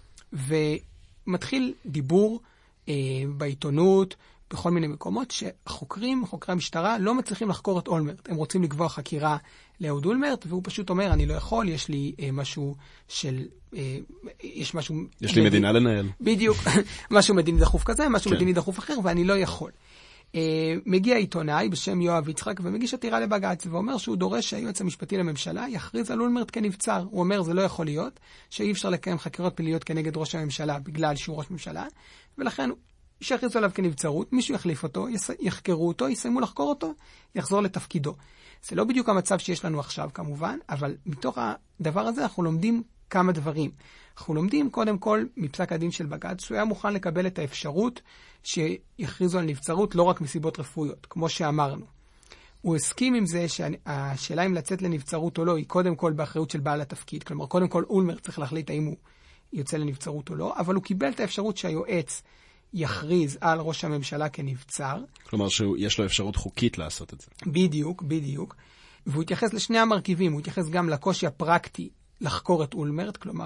ומתחיל דיבור אה, בעיתונות, בכל מיני מקומות, שהחוקרים, חוקרי המשטרה, לא מצליחים לחקור את אולמרט. הם רוצים לקבוע חקירה לאהוד אולמרט, והוא פשוט אומר, אני לא יכול, יש לי אה, משהו של... אה, יש משהו... יש לי מדיני, מדינה לנהל. בדיוק, משהו מדיני דחוף כזה, משהו כן. מדיני דחוף אחר, ואני לא יכול. Uh, מגיע עיתונאי בשם יואב יצחק ומגיש עתירה לבג"ץ ואומר שהוא דורש שהיועץ המשפטי לממשלה יכריז על אולמרט כנבצר. הוא אומר זה לא יכול להיות, שאי אפשר לקיים חקירות פליליות כנגד ראש הממשלה בגלל שהוא ראש ממשלה, ולכן שיכריזו עליו כנבצרות, מישהו יחליף אותו, יחקרו אותו, יסיימו לחקור אותו, יחזור לתפקידו. זה לא בדיוק המצב שיש לנו עכשיו כמובן, אבל מתוך הדבר הזה אנחנו לומדים כמה דברים. אנחנו לומדים קודם כל מפסק הדין של בג"ץ, שהוא היה מוכן לקבל את האפשרות שיכריזו על נבצרות לא רק מסיבות רפואיות, כמו שאמרנו. הוא הסכים עם זה שהשאלה אם לצאת לנבצרות או לא, היא קודם כל באחריות של בעל התפקיד. כלומר, קודם כל אולמרט צריך להחליט האם הוא יוצא לנבצרות או לא, אבל הוא קיבל את האפשרות שהיועץ יכריז על ראש הממשלה כנבצר. כלומר, שיש לו אפשרות חוקית לעשות את זה. בדיוק, בדיוק. והוא התייחס לשני המרכיבים, הוא התייחס גם לקושי הפרקטי לחקור את אולמרט, כלומר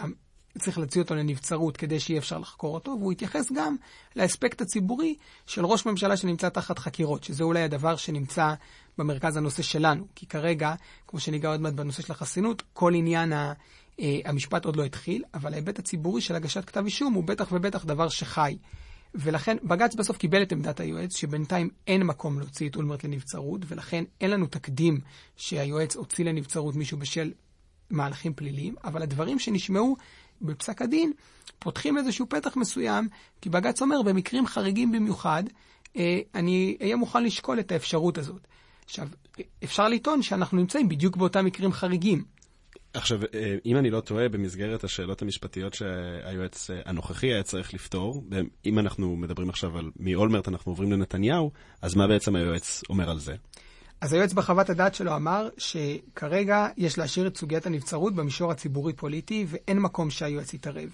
שצריך להוציא אותו לנבצרות כדי שיהיה אפשר לחקור אותו, והוא התייחס גם לאספקט הציבורי של ראש ממשלה שנמצא תחת חקירות, שזה אולי הדבר שנמצא במרכז הנושא שלנו, כי כרגע, כמו שניגע עוד מעט בנושא של החסינות, כל עניין ה, אה, המשפט עוד לא התחיל, אבל ההיבט הציבורי של הגשת כתב אישום הוא בטח ובטח דבר שחי. ולכן בג"ץ בסוף קיבל את עמדת היועץ, שבינתיים אין מקום להוציא את אולמרט לנבצרות, ולכן אין לנו תקדים שהיועץ הוציא לנבצרות מישהו בשל מהלכים פליליים, אבל הדברים שנשמעו בפסק הדין פותחים איזשהו פתח מסוים, כי בג"ץ אומר, במקרים חריגים במיוחד, אה, אני אהיה מוכן לשקול את האפשרות הזאת. עכשיו, אפשר לטעון שאנחנו נמצאים בדיוק באותם מקרים חריגים. עכשיו, אם אני לא טועה, במסגרת השאלות המשפטיות שהיועץ הנוכחי היה צריך לפתור, אם אנחנו מדברים עכשיו על מאולמרט אנחנו עוברים לנתניהו, אז מה בעצם היועץ אומר על זה? אז היועץ בחוות הדעת שלו אמר שכרגע יש להשאיר את סוגיית הנבצרות במישור הציבורי-פוליטי, ואין מקום שהיועץ יתערב.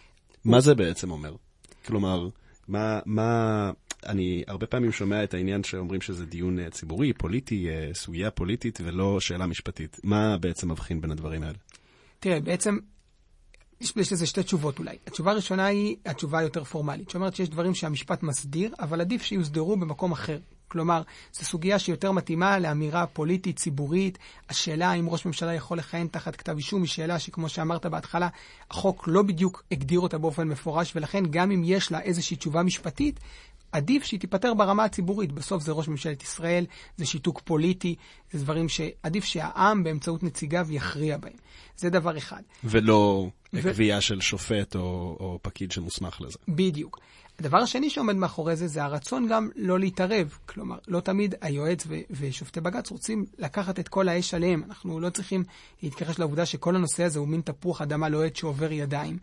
מה זה בעצם אומר? כלומר, מה, מה, אני הרבה פעמים שומע את העניין שאומרים שזה דיון ציבורי, פוליטי, סוגיה פוליטית ולא שאלה משפטית. מה בעצם מבחין בין הדברים האלה? תראה, בעצם יש, יש לזה שתי תשובות אולי. התשובה הראשונה היא התשובה היותר פורמלית, שאומרת שיש דברים שהמשפט מסדיר, אבל עדיף שיוסדרו במקום אחר. כלומר, זו סוגיה שיותר מתאימה לאמירה פוליטית, ציבורית. השאלה אם ראש ממשלה יכול לכהן תחת כתב אישום היא שאלה שכמו שאמרת בהתחלה, החוק לא בדיוק הגדיר אותה באופן מפורש, ולכן גם אם יש לה איזושהי תשובה משפטית, עדיף שהיא תיפטר ברמה הציבורית. בסוף זה ראש ממשלת ישראל, זה שיתוק פוליטי, זה דברים שעדיף שהעם באמצעות נציגיו יכריע בהם. זה דבר אחד. ולא ו... קביעה של שופט או, או פקיד שמוסמך לזה. בדיוק. הדבר השני שעומד מאחורי זה, זה הרצון גם לא להתערב. כלומר, לא תמיד היועץ ו- ושופטי בג"ץ רוצים לקחת את כל האש עליהם. אנחנו לא צריכים להתכחש לעובדה שכל הנושא הזה הוא מין תפוח אדמה לוהט שעובר ידיים.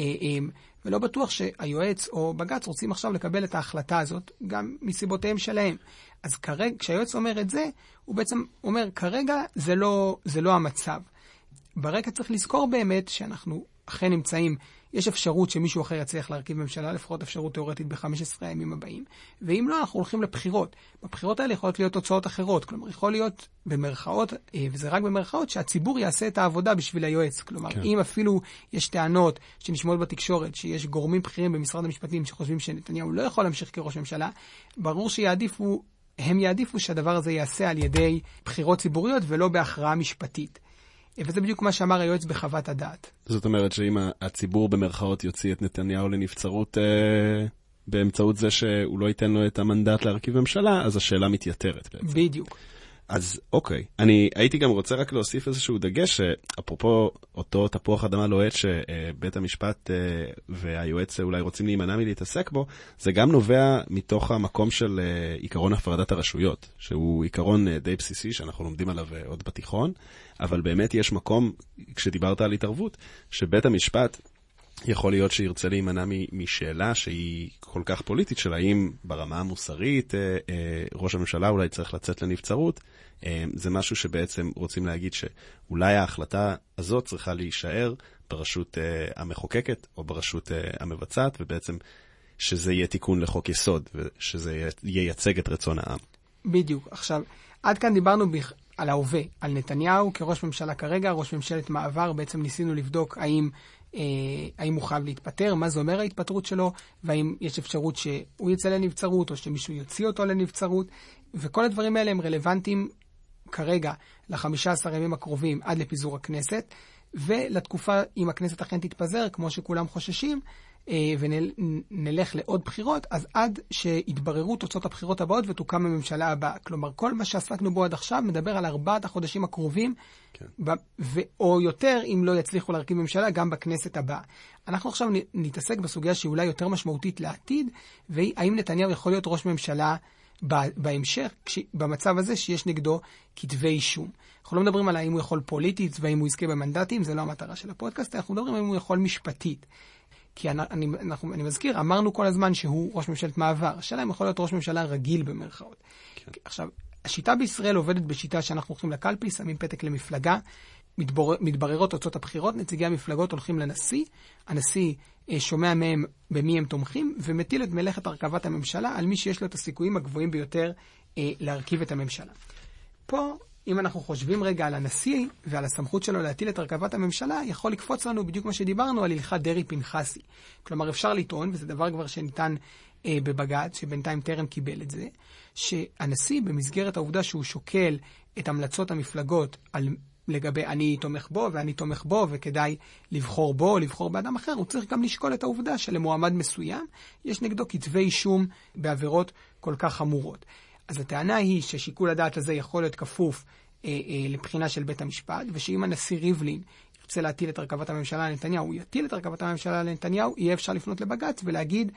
ולא בטוח שהיועץ או בג"ץ רוצים עכשיו לקבל את ההחלטה הזאת, גם מסיבותיהם שלהם. אז כרגע, כשהיועץ אומר את זה, הוא בעצם אומר, כרגע זה לא, זה לא המצב. ברקע צריך לזכור באמת שאנחנו אכן נמצאים, יש אפשרות שמישהו אחר יצליח להרכיב ממשלה, לפחות אפשרות תיאורטית ב-חמישה עשר הימים הבאים. ואם לא, אנחנו הולכים לבחירות. בבחירות האלה יכולות להיות תוצאות אחרות. כלומר, יכול להיות במרכאות, וזה רק במרכאות, שהציבור יעשה את העבודה בשביל היועץ. כלומר, כן. אם אפילו יש טענות שנשמעות בתקשורת, שיש גורמים בכירים במשרד המשפטים שחושבים שנתניהו לא יכול להמשיך כראש ממשלה, ברור שיעדיפו, הם יעדיפו שהדבר הזה יעשה על ידי בחירות ציבוריות ולא בהכרעה משפטית. וזה בדיוק מה שאמר היועץ בחוות הדעת. זאת אומרת שאם הציבור במרכאות יוציא את נתניהו לנבצרות אה, באמצעות זה שהוא לא ייתן לו את המנדט להרכיב ממשלה, אז השאלה מתייתרת בעצם. בדיוק. אז אוקיי, אני הייתי גם רוצה רק להוסיף איזשהו דגש, אפרופו אותו תפוח אדמה לוהט שבית המשפט והיועץ אולי רוצים להימנע מלהתעסק בו, זה גם נובע מתוך המקום של עיקרון הפרדת הרשויות, שהוא עיקרון די בסיסי שאנחנו לומדים עליו עוד בתיכון, אבל באמת יש מקום, כשדיברת על התערבות, שבית המשפט יכול להיות שירצה להימנע משאלה שהיא כל כך פוליטית, של האם ברמה המוסרית ראש הממשלה אולי צריך לצאת לנבצרות. זה משהו שבעצם רוצים להגיד שאולי ההחלטה הזאת צריכה להישאר ברשות המחוקקת או ברשות המבצעת, ובעצם שזה יהיה תיקון לחוק יסוד, ושזה ייצג את רצון העם. בדיוק. עכשיו, עד כאן דיברנו על ההווה, על נתניהו כראש ממשלה כרגע, ראש ממשלת מעבר. בעצם ניסינו לבדוק האם האם הוא חייב להתפטר, מה זה אומר ההתפטרות שלו, והאם יש אפשרות שהוא יצא לנבצרות, או שמישהו יוציא אותו לנבצרות, וכל הדברים האלה הם רלוונטיים כרגע ל-חמישה עשר ימים הקרובים עד לפיזור הכנסת, ולתקופה אם הכנסת אכן תתפזר, כמו שכולם חוששים, ונלך לעוד בחירות, אז עד שהתבררו תוצאות הבחירות הבאות ותוקם הממשלה הבאה. כלומר, כל מה שעסקנו בו עד עכשיו מדבר על ארבעת החודשים הקרובים, כן. ב- ו- או יותר אם לא יצליחו להרכיב ממשלה גם בכנסת הבאה. אנחנו עכשיו נתעסק בסוגיה שאולי יותר משמעותית לעתיד, והאם נתניהו יכול להיות ראש ממשלה בהמשך, כש- במצב הזה שיש נגדו כתבי אישום. אנחנו לא מדברים על האם הוא יכול פוליטית והאם הוא יזכה במנדטים, זה לא המטרה של הפודקאסט, אנחנו מדברים על האם הוא יכול משפטית. כי אני, אני, אנחנו, אני מזכיר, אמרנו כל הזמן שהוא ראש ממשלת מעבר. השאלה אם יכול להיות ראש ממשלה רגיל במרכאות. כן. עכשיו, השיטה בישראל עובדת בשיטה שאנחנו הולכים לקלפי, שמים פתק למפלגה, מתבור, מתבררות תוצאות הבחירות, נציגי המפלגות הולכים לנשיא, הנשיא אה, שומע מהם במי הם תומכים, ומטיל את מלאכת הרכבת הממשלה על מי שיש לו את הסיכויים הגבוהים ביותר אה, להרכיב את הממשלה. פה, אם אנחנו חושבים רגע על הנשיא ועל הסמכות שלו להטיל את הרכבת הממשלה, יכול לקפוץ לנו בדיוק מה שדיברנו על הלכת דרעי-פנחסי. כלומר, אפשר לטעון, וזה דבר כבר שניתן אה, בבג"ץ, שבינתיים טרם קיבל את זה, שהנשיא במסגרת העובדה שהוא שוקל את המלצות המפלגות על, לגבי אני תומך בו ואני תומך בו וכדאי לבחור בו או לבחור באדם אחר, הוא צריך גם לשקול את העובדה שלמועמד מסוים יש נגדו כתבי אישום בעבירות כל כך חמורות. אז הטענה היא ששיקול הדעת הזה יכול להיות כפוף אה, אה, לבחינה של בית המשפט, ושאם הנשיא ריבלין ירצה להטיל את הרכבת הממשלה לנתניהו, הוא יטיל את הרכבת הממשלה לנתניהו, יהיה אפשר לפנות לבג"ץ ולהגיד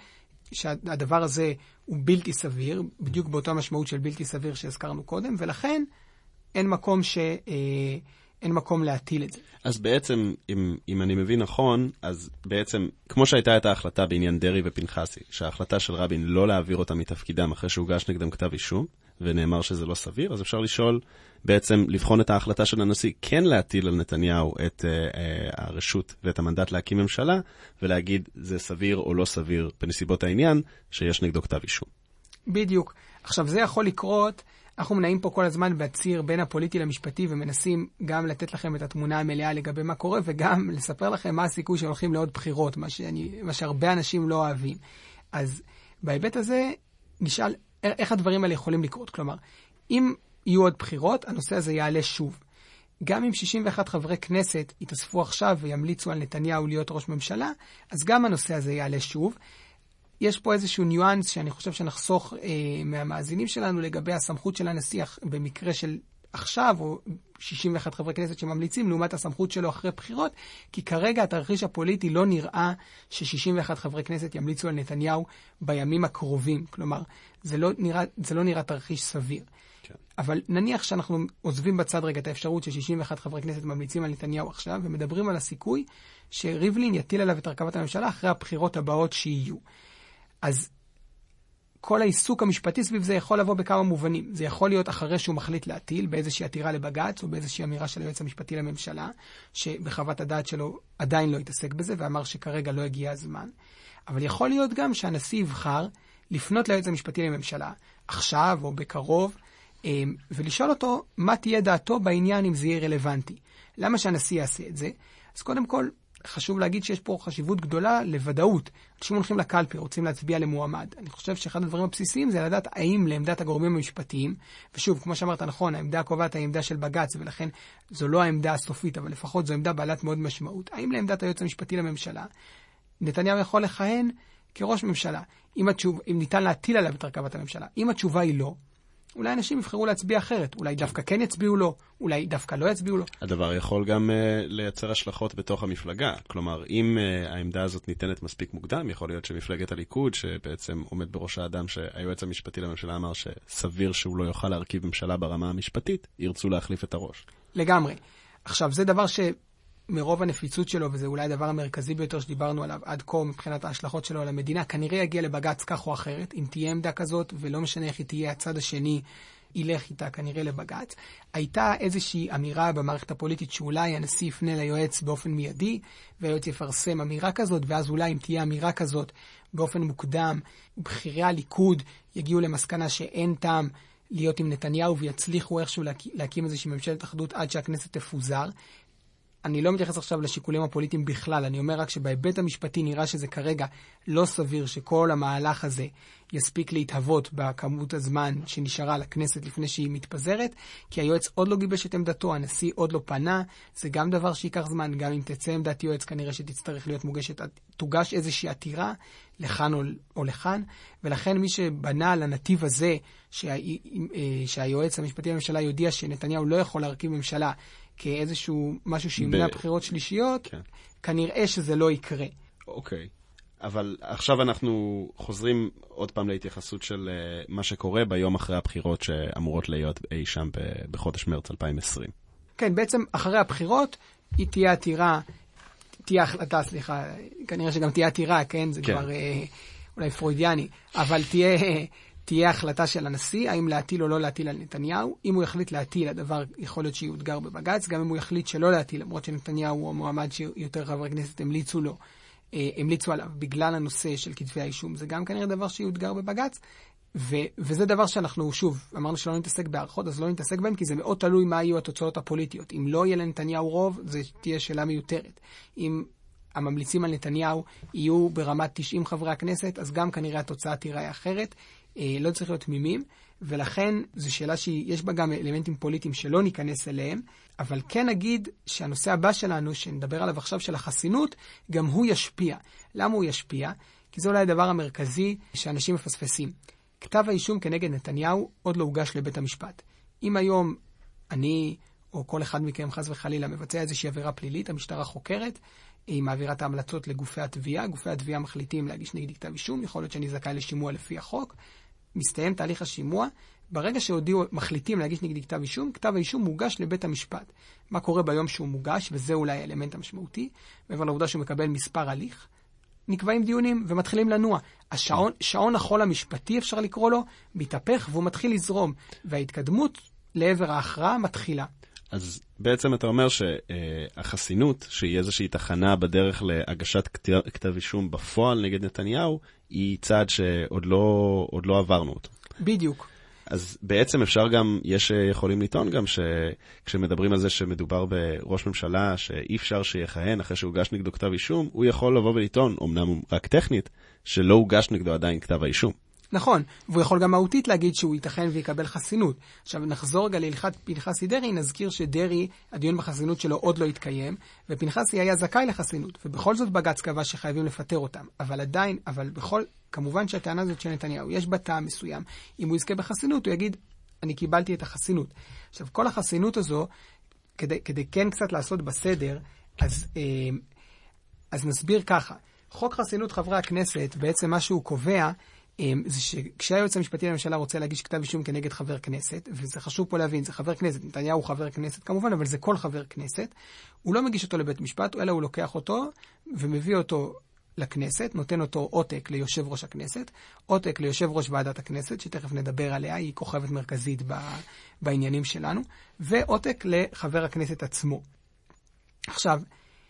שהדבר הזה הוא בלתי סביר, בדיוק באותה משמעות של בלתי סביר שהזכרנו קודם, ולכן אין מקום ש... אה, אין מקום להטיל את זה. אז בעצם, אם, אם אני מבין נכון, אז בעצם, כמו שהייתה את ההחלטה בעניין דרעי ופנחסי, שההחלטה של רבין לא להעביר אותם מתפקידם אחרי שהוגש נגדם כתב אישום, ונאמר שזה לא סביר, אז אפשר לשאול, בעצם לבחון את ההחלטה של הנשיא, כן להטיל על נתניהו את אה, אה, הרשות ואת המנדט להקים ממשלה, ולהגיד זה סביר או לא סביר בנסיבות העניין, שיש נגדו כתב אישום. בדיוק. עכשיו, זה יכול לקרות אנחנו מנעים פה כל הזמן בציר בין הפוליטי למשפטי, ומנסים גם לתת לכם את התמונה המלאה לגבי מה קורה, וגם לספר לכם מה הסיכוי שהולכים לעוד בחירות, מה, שאני, מה שהרבה אנשים לא אוהבים. אז בהיבט הזה נשאל איך הדברים האלה יכולים לקרות. כלומר, אם יהיו עוד בחירות, הנושא הזה יעלה שוב. גם אם שישים ואחד חברי כנסת יתאספו עכשיו וימליצו על נתניהו להיות ראש ממשלה, אז גם הנושא הזה יעלה שוב. יש פה איזשהו ניואנס שאני חושב שנחסוך אה, מהמאזינים שלנו לגבי הסמכות של הנשיא במקרה של עכשיו, או שישים ואחד חברי כנסת שממליצים, לעומת הסמכות שלו אחרי בחירות, כי כרגע התרחיש הפוליטי לא נראה ש-שישים ואחד חברי כנסת ימליצו על נתניהו בימים הקרובים. כלומר, זה לא נראה, זה לא נראה תרחיש סביר. כן. אבל נניח שאנחנו עוזבים בצד רגע את האפשרות ש-שישים ואחד חברי כנסת ממליצים על נתניהו עכשיו, ומדברים על הסיכוי שריבלין יטיל עליו את הרכבת הממשלה אחרי הבחירות הבאות שיהיו. אז כל העיסוק המשפטי סביב זה יכול לבוא בכמה מובנים. זה יכול להיות אחרי שהוא מחליט להטיל באיזושהי עתירה לבג"ץ, או באיזושהי אמירה של היועץ המשפטי לממשלה, שבחוות הדעת שלו עדיין לא יתעסק בזה, ואמר שכרגע לא הגיע הזמן. אבל יכול להיות גם שהנשיא יבחר לפנות ליועץ המשפטי לממשלה, עכשיו או בקרוב, ולשאול אותו מה תהיה דעתו בעניין אם זה יהיה רלוונטי. למה שהנשיא יעשה את זה? אז קודם כל, חשוב להגיד שיש פה חשיבות גדולה לוודאות. אנשים הולכים לקלפי, רוצים להצביע למועמד. אני חושב שאחד הדברים הבסיסיים זה לדעת האם לעמדת הגורמים המשפטיים, ושוב, כמו שאמרת נכון, העמדה הקובעת העמדה של בג"ץ, ולכן זו לא העמדה הסופית, אבל לפחות זו עמדה בעלת מאוד משמעות. האם לעמדת היועץ המשפטי לממשלה, נתניהו יכול לכהן כראש ממשלה, אם, התשוב, אם ניתן להטיל עליו את הרכבת הממשלה. אם התשובה היא לא, אולי אנשים יבחרו להצביע אחרת. אולי דווקא כן יצביעו לו, אולי דווקא לא יצביעו לו. הדבר יכול גם uh, לייצר השלכות בתוך המפלגה. כלומר, אם uh, העמדה הזאת ניתנת מספיק מוקדם, יכול להיות שמפלגת הליכוד, שבעצם עומד בראש האדם שהיועץ המשפטי לממשלה אמר שסביר שהוא לא יוכל להרכיב ממשלה ברמה המשפטית, ירצו להחליף את הראש. לגמרי. עכשיו, זה דבר ש... מרוב הנפיצות שלו, וזה אולי הדבר המרכזי ביותר שדיברנו עליו עד כה מבחינת ההשלכות שלו על המדינה, כנראה יגיע לבג"ץ כך או אחרת, אם תהיה עמדה כזאת, ולא משנה איך היא תהיה, הצד השני ילך איתה כנראה לבג"ץ. הייתה איזושהי אמירה במערכת הפוליטית שאולי הנשיא יפנה ליועץ באופן מיידי, והיועץ יפרסם אמירה כזאת, ואז אולי אם תהיה אמירה כזאת באופן מוקדם, בכירי הליכוד יגיעו למסקנה שאין טעם להיות עם נתניהו, ויצליחו איכשהו להקים איזושהי ממשלת אחדות עד שהכנסת תפוזר. אני לא מתייחס עכשיו לשיקולים הפוליטיים בכלל, אני אומר רק שבהיבט המשפטי נראה שזה כרגע לא סביר שכל המהלך הזה יספיק להתהוות בכמות הזמן שנשארה לכנסת לפני שהיא מתפזרת, כי היועץ עוד לא גיבש את עמדתו, הנשיא עוד לא פנה, זה גם דבר שיקח זמן, גם אם תצא עמדת יועץ כנראה שתצטרך להיות מוגשת, תוגש איזושהי עתירה לכאן או, או לכאן, ולכן מי שבנה על הנתיב הזה, שה, שהיועץ המשפטי לממשלה יודיע שנתניהו לא יכול להרכיב ממשלה, כאיזשהו משהו שימנע ב... בחירות שלישיות, כן. כנראה שזה לא יקרה. אוקיי. אבל עכשיו אנחנו חוזרים עוד פעם להתייחסות של uh, מה שקורה ביום אחרי הבחירות שאמורות להיות אי שם ב- בחודש מרץ אלפיים ועשרים. כן, בעצם אחרי הבחירות היא תהיה עתירה, תהיה החלטה, סליחה, כנראה שגם תהיה עתירה, כן? זה כן. כבר uh, אולי פרוידיאני, אבל תהיה... תהיה החלטה של הנשיא, האם להטיל או לא להטיל על נתניהו. אם הוא יחליט להטיל, הדבר יכול להיות שיותגר בבג"ץ, גם אם הוא יחליט שלא להטיל, למרות שנתניהו הוא המועמד שיותר חברי כנסת המליצו לו, המליצו עליו בגלל הנושא של כתבי האישום, זה גם כנראה דבר שיותגר בבג"ץ, ו- וזה דבר שאנחנו, שוב, אמרנו שלא נתעסק בערכות, אז לא נתעסק בהם, כי זה מאוד תלוי מה יהיו התוצאות הפוליטיות. אם לא יהיה לנתניהו רוב, זה תהיה שאלה מיותרת. אם הממליצים על נתניהו יהיו ברמת תשעים חברי הכנסת, אז גם כנראה התוצאה תיראה אחרת. לא צריך להיות תמימים, ולכן זו שאלה שיש בה גם אלמנטים פוליטיים שלא ניכנס אליהם, אבל כן נגיד שהנושא הבא שלנו, שנדבר עליו עכשיו של החסינות, גם הוא ישפיע. למה הוא ישפיע? כי זה אולי הדבר המרכזי שאנשים מפספסים. כתב האישום כנגד נתניהו עוד לא הוגש לבית המשפט. אם היום אני או כל אחד מכם חס וחלילה מבצע איזושהי עבירה פלילית, המשטרה חוקרת, היא מעבירה את ההמלצות לגופי התביעה, גופי התביעה מחליטים להגיש נגדי כתב אישום, יכול להיות שאני זכאי לשימוע לפי החוק, מסתיים תהליך השימוע, ברגע שהודיעו מחליטים להגיש נגדי כתב אישום, כתב האישום מוגש לבית המשפט. מה קורה ביום שהוא מוגש, וזה אולי האלמנט המשמעותי, מעבר לעובדה שהוא מקבל מספר הליך, נקבעים דיונים ומתחילים לנוע. השעון, שעון החול המשפטי אפשר לקרוא לו, מתהפך והוא מתחיל לזרום, וההתקדמות לעבר ההכרעה מתחילה. אז בעצם אתה אומר שהחסינות, שהיא איזושהי תחנה בדרך להגשת כתב אישום בפועל נגד נתניהו, היא צעד שעוד לא, עוד לא עברנו אותו. בדיוק. אז בעצם אפשר גם, יש יכולים לטעון גם שכשמדברים על זה שמדובר בראש ממשלה שאי אפשר שיכהן אחרי שהוגש נגדו כתב אישום, הוא יכול לבוא ולטעון, אמנם רק טכנית, שלא הוגש נגדו עדיין כתב האישום. נכון, והוא יכול גם מהותית להגיד שהוא ייתכן ויקבל חסינות. עכשיו נחזור רגע להלכת פנחסי דרעי, נזכיר שדרעי, הדיון בחסינות שלו עוד לא התקיים, ופנחסי היה זכאי לחסינות, ובכל זאת בג"ץ קבע שחייבים לפטר אותם. אבל עדיין, אבל בכל, כמובן שהטענה הזאת של נתניהו, יש בה טעם מסוים. אם הוא יזכה בחסינות, הוא יגיד, אני קיבלתי את החסינות. עכשיו, כל החסינות הזו, כדי, כדי כן קצת לעשות בסדר, אז, אז נסביר ככה. חוק חסינות חברי הכנסת, בעצם מה שהוא קובע, זה שכשהיועץ המשפטי לממשלה רוצה להגיש כתב אישום כנגד חבר כנסת, וזה חשוב פה להבין, זה חבר כנסת, נתניהו הוא חבר כנסת כמובן, אבל זה כל חבר כנסת, הוא לא מגיש אותו לבית משפט, אלא הוא לוקח אותו ומביא אותו לכנסת, נותן אותו עותק ליושב ראש הכנסת, עותק ליושב ראש ועדת הכנסת, שתכף נדבר עליה, היא כוכבת מרכזית בעניינים שלנו, ועותק לחבר הכנסת עצמו. עכשיו,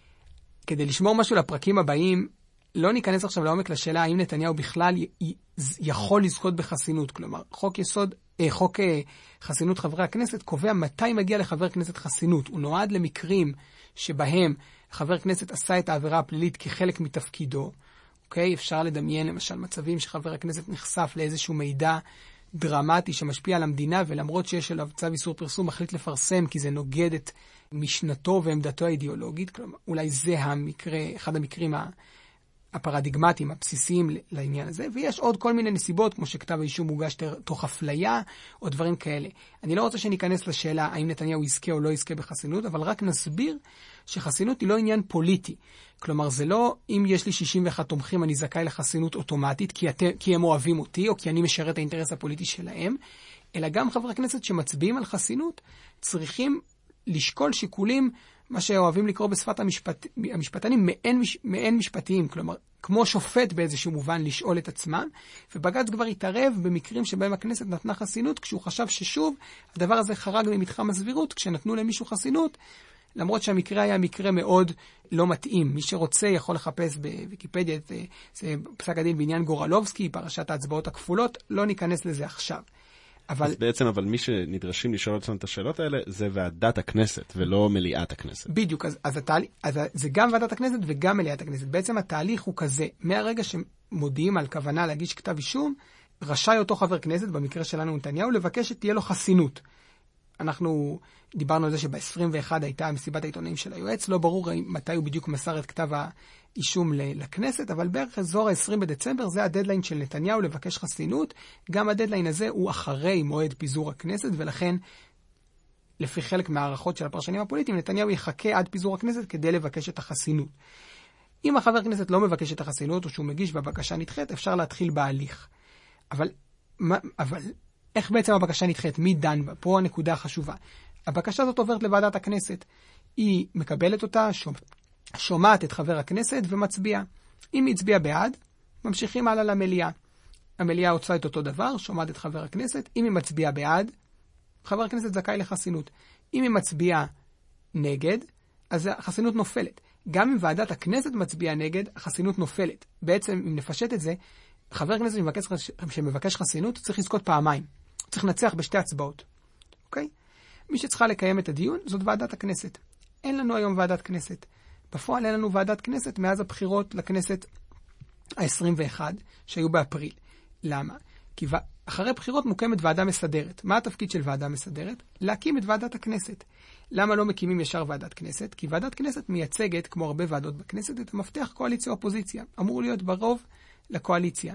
כדי לשמור משהו לפרקים הבאים, לא ניכנס עכשיו לעומק לשאלה האם נתניהו בכלל י- י- יכול לזכות בחסינות. כלומר, חוק יסוד, אה, חוק אה, חסינות חברי הכנסת קובע מתי מגיע לחבר כנסת חסינות. הוא נועד למקרים שבהם חבר כנסת עשה את העבירה הפלילית כחלק מתפקידו. אוקיי? אפשר לדמיין למשל מצבים שחבר הכנסת נחשף לאיזשהו מידע דרמטי שמשפיע על המדינה, ולמרות שיש עליו צו איסור פרסום מחליט לפרסם כי זה נוגד את משנתו ועמדתו האידיאולוגית. כלומר, אולי זה המקרה, אחד המקרים ה... הפרדיגמטיים, הבסיסיים לעניין הזה, ויש עוד כל מיני נסיבות, כמו שכתב האישום מוגש תוך אפליה, או דברים כאלה. אני לא רוצה שניכנס לשאלה האם נתניהו יזכה או לא יזכה בחסינות, אבל רק נסביר שחסינות היא לא עניין פוליטי. כלומר, זה לא אם יש לי שישים ואחד תומכים, אני זכאי לחסינות אוטומטית, כי, את, כי הם אוהבים אותי, או כי אני משרת את האינטרס הפוליטי שלהם, אלא גם חברי הכנסת שמצביעים על חסינות, צריכים לשקול שיקולים מה שאוהבים לקרוא בשפת המשפט, המשפטנים, מעין, מעין משפטיים, כלומר, כמו שופט באיזשהו מובן לשאול את עצמם, ובג"ץ כבר התערב במקרים שבהם הכנסת נתנה חסינות, כשהוא חשב ששוב, הדבר הזה חרג ממתחם הסבירות, כשנתנו למישהו חסינות, למרות שהמקרה היה מקרה מאוד לא מתאים. מי שרוצה יכול לחפש בוויקיפדיה, זה, זה פסק הדין בעניין גורלובסקי, פרשת ההצבעות הכפולות, לא ניכנס לזה עכשיו. אבל... אז בעצם, אבל מי שנדרשים לשאול אותנו את השאלות האלה, זה ועדת הכנסת, ולא מליאת הכנסת. בדיוק, אז, אז, התהל... אז זה גם ועדת הכנסת וגם מליאת הכנסת. בעצם התהליך הוא כזה, מהרגע שמודיעים על כוונה להגיש כתב אישום, רשאי אותו חבר כנסת, במקרה שלנו נתניהו, לבקש שתהיה לו חסינות. אנחנו דיברנו על זה שב-עשרים ואחת הייתה מסיבת העיתונאים של היועץ, לא ברור מתי הוא בדיוק מסר את כתב האישום לכנסת, אבל בערך אזור ה-עשרים בדצמבר זה הדדליין של נתניהו לבקש חסינות. גם הדדליין הזה הוא אחרי מועד פיזור הכנסת, ולכן לפי חלק מהערכות של הפרשנים הפוליטיים, נתניהו יחכה עד פיזור הכנסת כדי לבקש את החסינות. אם החבר כנסת לא מבקש את החסינות, או שהוא מגיש בבקשה נדחית, אפשר להתחיל בהליך. אבל, אבל איך בעצם הבקשה נדחית? מי דן בה? פה הנקודה החשובה. הבקשה הזאת עוברת לוועדת הכנסת. היא מקבלת אותה, שומעת את חבר הכנסת ומצביעה. אם היא הצביעה בעד, ממשיכים הלאה למליאה. המליאה הוצאה את אותו דבר, שומעת את חבר הכנסת. אם היא מצביעה בעד, חבר הכנסת זכאי לחסינות. אם היא מצביעה נגד, אז החסינות נופלת. גם אם ועדת הכנסת מצביעה נגד, החסינות נופלת. בעצם, אם נפשט את זה, חבר הכנסת שמבקש, שמבקש חסינות צריך לזכות פעמיים. צריך לנצח בשתי הצבעות. אוקיי? מי שצריכה לקיים את הדיון זאת ועדת הכנסת. אין לנו היום ועדת כנסת. בפועל אין לנו ועדת כנסת מאז הבחירות לכנסת ה-עשרים ואחת שהיו באפריל. למה? כי אחרי בחירות מוקמת ועדה מסדרת. מה התפקיד של ועדה מסדרת? להקים את ועדת הכנסת. למה לא מקימים ישר ועדת כנסת? כי ועדת כנסת מייצגת, כמו הרבה ועדות בכנסת, את המפתח קואליציה-אופוזיציה. אמור להיות ברוב לקואליציה.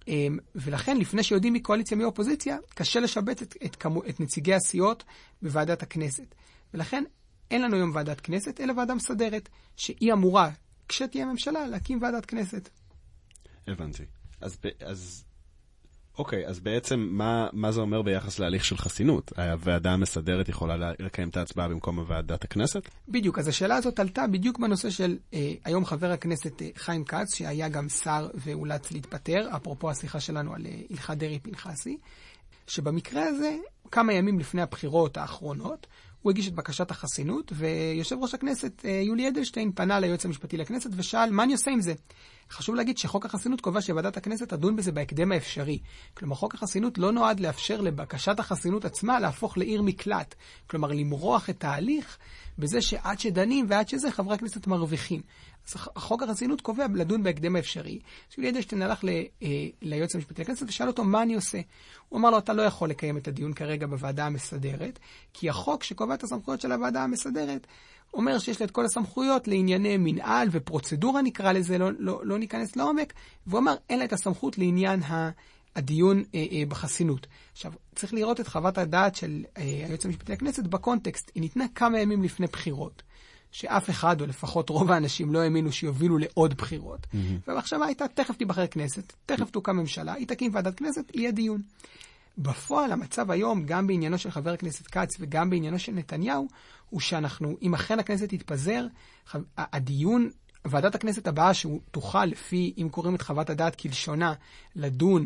ולכן, לפני שיודעים מקואליציה מאופוזיציה, קשה לשבט את, את, את נציגי הסיעות בוועדת הכנסת. ולכן, אין לנו היום ועדת כנסת, אלא ועדה מסדרת, שהיא אמורה, כשתהיה ממשלה, להקים ועדת כנסת. הבנתי. אז, אז, אוקיי, אז בעצם מה, מה זה אומר ביחס להליך של חסינות? הוועדה המסדרת יכולה לקיים את ההצבעה במקום הוועדת הכנסת? בדיוק, אז השאלה הזאת עלתה בדיוק בנושא של אה, היום חבר הכנסת אה, חיים כץ, שהיה גם שר ואולץ להתפטר, אפרופו השיחה שלנו על אה, הלכת דרעי פנחסי, שבמקרה הזה, כמה ימים לפני הבחירות האחרונות, הוא הגיש את בקשת החסינות, ויושב ראש הכנסת יולי אדלשטיין פנה ליועץ המשפטי לכנסת ושאל, מה אני עושה עם זה? חשוב להגיד שחוק החסינות קובע שוועדת הכנסת תדון בזה בהקדם האפשרי. כלומר, חוק החסינות לא נועד לאפשר לבקשת החסינות עצמה להפוך לעיר מקלט. כלומר, למרוח את ההליך בזה שעד שדנים ועד שזה חברי הכנסת מרוויחים. אז החוק החסינות קובע לדון בהקדם האפשרי. יולי אדלשטיין הלך ל, ליועץ המשפטי לכנסת ושאל אותו, מה אני עושה? הוא אמר לו, אתה לא יכול לקיים את הדיון כרגע בוועדה המסדרת, כי החוק שקובע את הסמכויות של הוועדה המסדרת אומר שיש לה את כל הסמכויות לענייני מנהל ופרוצדורה, נקרא לזה, לא, לא, לא ניכנס לעומק, והוא אמר, אין לה את הסמכות לעניין הדיון אה, אה, בחסינות. עכשיו, צריך לראות את חוות הדעת של אה, היועץ המשפטי לכנסת בקונטקסט. היא ניתנה כמה ימים לפני בחירות, שאף אחד, או לפחות רוב האנשים, לא האמינו שיובילו לעוד בחירות. Mm-hmm. והמחשבה הייתה, תכף תיבחר כנסת, תכף תוקם ממשלה, היא תקים ועדת כנסת, יהיה דיון. בפועל, המצב היום, גם בעניינו של חבר הכנסת כץ וגם בעניינו של נתניהו, הוא שאנחנו, אם אכן הכנסת תתפזר, הדיון, ועדת הכנסת הבאה שהוא תוכל, לפי, אם קוראים את חוות הדעת כלשונה, לדון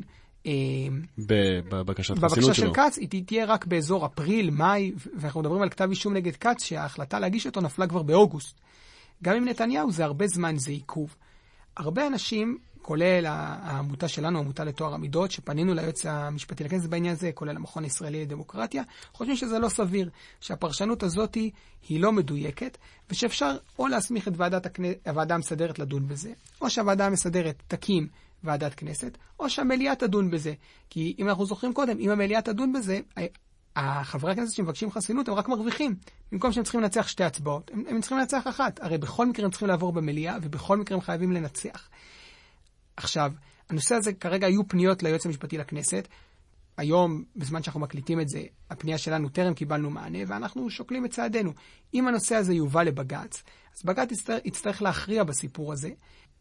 בבקשת חסינות בבקשה שלו. של כץ, היא תהיה רק באזור אפריל, מאי, ואנחנו מדברים על כתב אישום נגד כץ, שההחלטה להגיש אותו נפלה כבר באוגוסט. גם עם נתניהו זה הרבה זמן, זה עיכוב. הרבה אנשים, כולל העמותה שלנו, העמותה לתואר המידות, שפנינו ליועץ המשפטי לכנסת בעניין הזה, כולל המכון הישראלי לדמוקרטיה, חושבים שזה לא סביר, שהפרשנות הזאת היא לא מדויקת, ושאפשר או להסמיך את ועדת הכנ... הוועדה המסדרת לדון בזה, או שהוועדה המסדרת תקים ועדת כנסת, או שהמליאה תדון בזה. כי אם אנחנו זוכרים קודם, אם המליאה תדון בזה, החברי הכנסת שמבקשים חסינות הם רק מרוויחים, במקום שהם צריכים לנצח שתי הצבעות. הם, הם צריכים לנצח אחת. הרי בכל מקרה הם צריכים לעבור במליאה, ובכל מקרה הם חייבים לנצח. עכשיו, הנושא הזה, כרגע היו פניות ליועץ המשפטי לכנסת. היום, בזמן שאנחנו מקליטים את זה, הפנייה שלנו טרם קיבלנו מענה, ואנחנו שוקלים את צעדינו. אם הנושא הזה יובא לבג"ץ, אז בג"ץ יצטרך, יצטרך להכריע בסיפור הזה.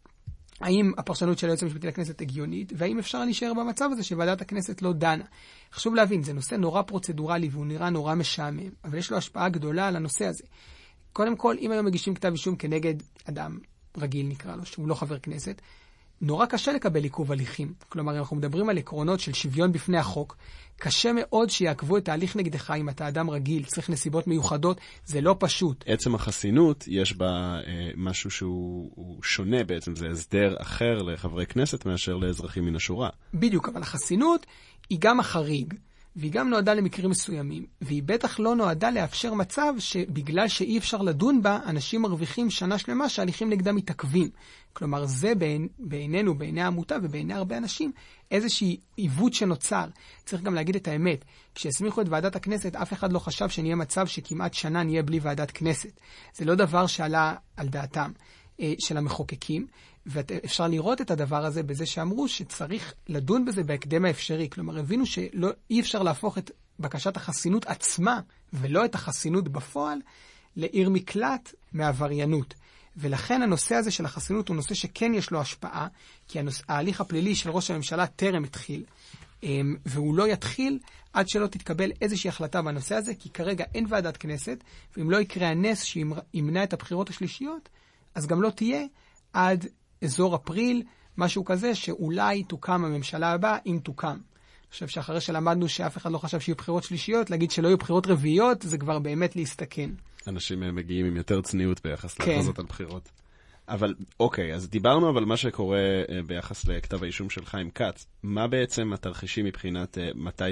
האם הפרשנות של היועץ המשפטי לכנסת הגיונית, והאם אפשר להישאר במצב הזה שוועדת הכנסת לא דנה. חשוב להבין, זה נושא נורא פרוצדורלי, והוא נראה נורא משעמם, אבל יש לו השפעה גדולה על הנושא הזה. קודם כל, אם היום מגישים כתב אישום כנגד אדם רגיל, נקרא לו, שהוא לא חבר כנסת, נורא קשה לקבל עיכוב הליכים. כלומר, אנחנו מדברים על עקרונות של שוויון בפני החוק. קשה מאוד שיעקבו את ההליך נגדך אם אתה אדם רגיל, צריך נסיבות מיוחדות, זה לא פשוט. עצם החסינות, יש בה אה, משהו שהוא שונה בעצם, זה הסדר אחר לחברי כנסת מאשר לאזרחים מן השורה. בדיוק, אבל החסינות היא גם החריג, והיא גם נועדה למקרים מסוימים, והיא בטח לא נועדה לאפשר מצב שבגלל שאי אפשר לדון בה, אנשים מרוויחים שנה שלמה שההליכים נגדם מתעכבים. כלומר, זה בעין, בעינינו, בעיני העמותה ובעיני הרבה אנשים, איזושהי עיוות שנוצר. צריך גם להגיד את האמת. כשהסמיכו את ועדת הכנסת, אף אחד לא חשב שנהיה מצב שכמעט שנה נהיה בלי ועדת כנסת. זה לא דבר שעלה על דעתם אה, של המחוקקים, ואפשר לראות את הדבר הזה בזה שאמרו שצריך לדון בזה בהקדם האפשרי. כלומר, הבינו שאי אפשר להפוך את בקשת החסינות עצמה, ולא את החסינות בפועל, לעיר מקלט מעבריינות. ולכן הנושא הזה של החסינות הוא נושא שכן יש לו השפעה, כי הנוס... ההליך הפלילי של ראש הממשלה טרם התחיל, והוא לא יתחיל עד שלא תתקבל איזושהי החלטה בנושא הזה, כי כרגע אין ועדת כנסת, ואם לא יקרה הנס שימנע את הבחירות השלישיות, אז גם לא תהיה עד אזור אפריל, משהו כזה שאולי תוקם הממשלה הבאה, אם תוקם. אני חושב שאחרי שלמדנו שאף אחד לא חשב שיהיו בחירות שלישיות, להגיד שלא יהיו בחירות רביעיות, זה כבר באמת להסתכן. אנשים מגיעים עם יותר צניעות ביחס כן. להכרזות על בחירות. אבל אוקיי, אז דיברנו אבל מה שקורה ביחס לכתב האישום של חיים כץ. מה בעצם התרחישים מבחינת מתי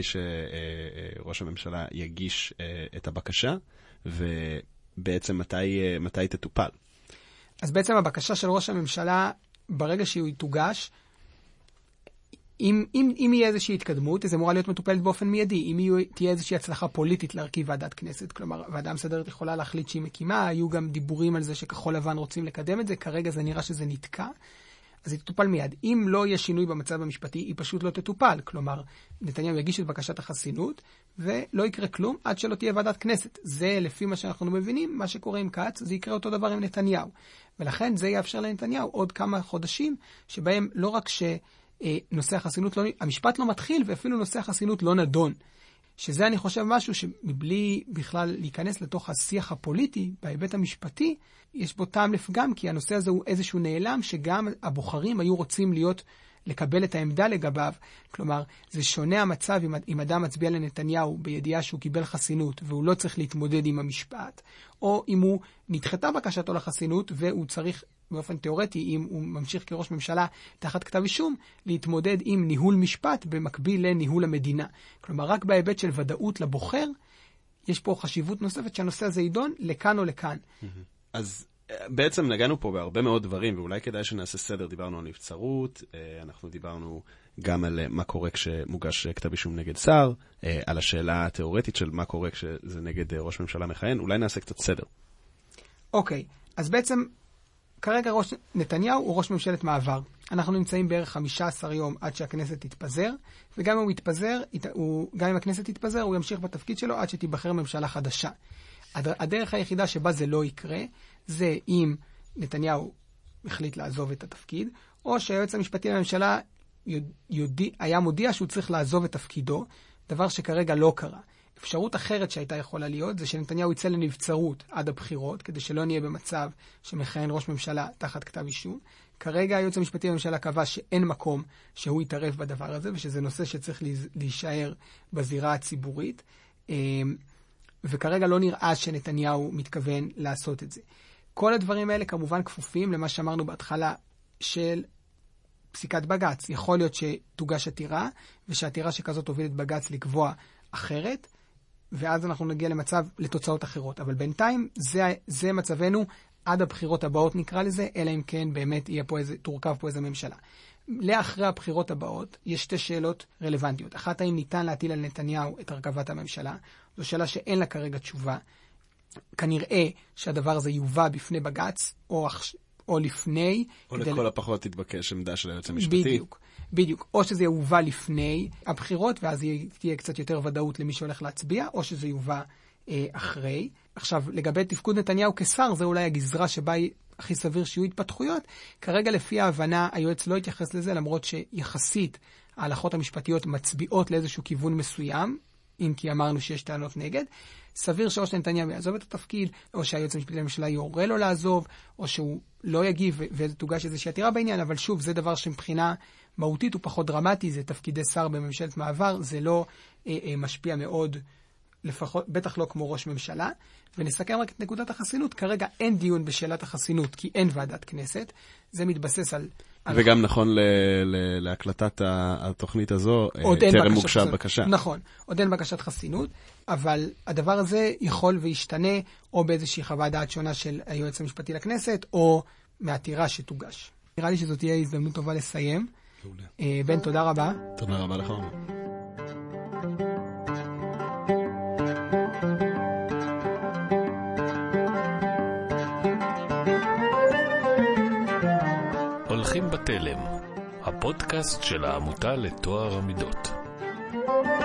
שראש הממשלה יגיש את הבקשה, ובעצם מתי, מתי תטופל? אז בעצם הבקשה של ראש הממשלה, ברגע שהוא תוגש, אם, אם, אם יהיה איזושהי התקדמות, זה אמורה להיות מטופלת באופן מיידי. אם יהיה, תהיה איזושהי הצלחה פוליטית להרכיב ועדת כנסת, כלומר, ועדה מסדרת יכולה להחליט שהיא מקימה, היו גם דיבורים על זה שכחול לבן רוצים לקדם את זה, כרגע זה נראה שזה נתקע, אז היא תטופל מיד. אם לא יהיה שינוי במצב המשפטי, היא פשוט לא תטופל. כלומר, נתניהו יגיש את בקשת החסינות, ולא יקרה כלום עד שלא תהיה ועדת כנסת. זה, לפי מה שאנחנו מבינים, מה שקורה עם כץ, זה יקרה אותו דבר עם נתניהו. ולכן זה יאפשר לנתניהו עוד כמה חודשים, שבהם לא רק שנושא החסינות לא, המשפט לא מתחיל, ואפילו נושא החסינות לא נדון. שזה אני חושב משהו שמבלי בכלל להיכנס לתוך השיח הפוליטי, בהיבט המשפטי, יש בו טעם לפגם, כי הנושא הזה הוא איזשהו נעלם, שגם הבוחרים היו רוצים להיות, לקבל את העמדה לגביו. כלומר, זה שונה המצב אם, אם אדם מצביע לנתניהו בידיעה שהוא קיבל חסינות והוא לא צריך להתמודד עם המשפט, או אם הוא נדחתה בקשתו לחסינות והוא צריך באופן תיאורטי, אם הוא ממשיך כראש ממשלה תחת כתב אישום, להתמודד עם ניהול משפט במקביל לניהול המדינה. כלומר, רק בהיבט של ודאות לבוחר, יש פה חשיבות נוספת שהנושא הזה יידון לכאן או לכאן. אז בעצם נגענו פה בהרבה מאוד דברים, ואולי כדאי שנעשה סדר. דיברנו על נבצרות, אנחנו דיברנו גם על מה קורה כשמוגש כתב אישום נגד שר, על השאלה התיאורטית של מה קורה כשזה נגד ראש ממשלה מכהן. אולי נעשה קצת סדר. אוקיי, אז בעצם כרגע ראש נתניהו הוא ראש ממשלת מעבר. אנחנו נמצאים בערך חמישה עשר יום עד שהכנסת תתפזר, וגם אם הוא יתפזר, הוא, גם אם הכנסת תתפזר, הוא ימשיך בתפקיד שלו עד שתיבחר ממשלה חדשה. הדרך היחידה שבה זה לא יקרה, זה אם נתניהו החליט לעזוב את התפקיד, או שהיועץ המשפטי לממשלה יודע, היה מודיע שהוא צריך לעזוב את תפקידו, דבר שכרגע לא קרה. אפשרות אחרת שהייתה יכולה להיות, זה שנתניהו יצא לנבצרות עד הבחירות, כדי שלא נהיה במצב שמכהן ראש ממשלה תחת כתב אישום. כרגע היועץ המשפטי לממשלה קבע שאין מקום שהוא יתערב בדבר הזה, ושזה נושא שצריך להישאר בזירה הציבורית. וכרגע לא נראה שנתניהו מתכוון לעשות את זה. כל הדברים האלה כמובן כפופים למה שאמרנו בהתחלה של פסיקת בג"ץ. יכול להיות שתוגש עתירה, ושהעתירה שכזאת תוביל את בג"ץ לקבוע אחרת, ואז אנחנו נגיע למצב, לתוצאות אחרות. אבל בינתיים זה, זה מצבנו עד הבחירות הבאות נקרא לזה, אלא אם כן באמת יהיה פה איזה, תורכב פה איזה ממשלה. לאחרי הבחירות הבאות יש שתי שאלות רלוונטיות. אחת, האם ניתן להטיל על נתניהו את הרכבת הממשלה? זו שאלה שאין לה כרגע תשובה. כנראה שהדבר הזה יובא בפני בג"ץ, או, או לפני. או לכל ל... הפחות תתבקש עמדה של היועץ המשפטי. בדיוק, בדיוק. או שזה יובא לפני הבחירות, ואז תהיה קצת יותר ודאות למי שהולך להצביע, או שזה יובא אה, אחרי. עכשיו, לגבי תפקוד נתניהו כשר, זה אולי הגזרה שבה הכי סביר שיהיו התפתחויות. כרגע לפי ההבנה, היועץ לא יתייחס לזה, למרות שיחסית ההלכות המשפטיות מצביעות לאיזשהו כיוון מסוים, אם כי אמרנו שיש טענות נגד. סביר שאו שנתניהו יעזוב את התפקיד, או שהיועץ המשפטי לממשלה יורה לו לעזוב, או שהוא לא יגיב ותוגש איזושהי עתירה בעניין, אבל שוב, זה דבר שמבחינה מהותית הוא פחות דרמטי, זה תפקידי שר בממשלת מעבר, זה לא אה, אה, משפיע מאוד, לפחות, בטח לא כמו ראש ממשלה. ונסכם רק את נקודת החסינות. כרגע אין דיון בשאלת החסינות, כי אין ועדת כנסת. זה מתבסס על... וגם על... נכון ל- ל- להקלטת התוכנית הזו, טרם מוגשה בקשה. נכון, עוד אין בקשת חסינות, אבל הדבר הזה יכול וישתנה, או באיזושהי חוות דעת שונה של היועץ המשפטי לכנסת, או מעתירה שתוגש. נראה לי שזאת תהיה הזדמנות טובה לסיים. בן, תודה רבה. תודה רבה לך. הולכים בתלם, הפודקאסט של העמותה לטוהר המידות.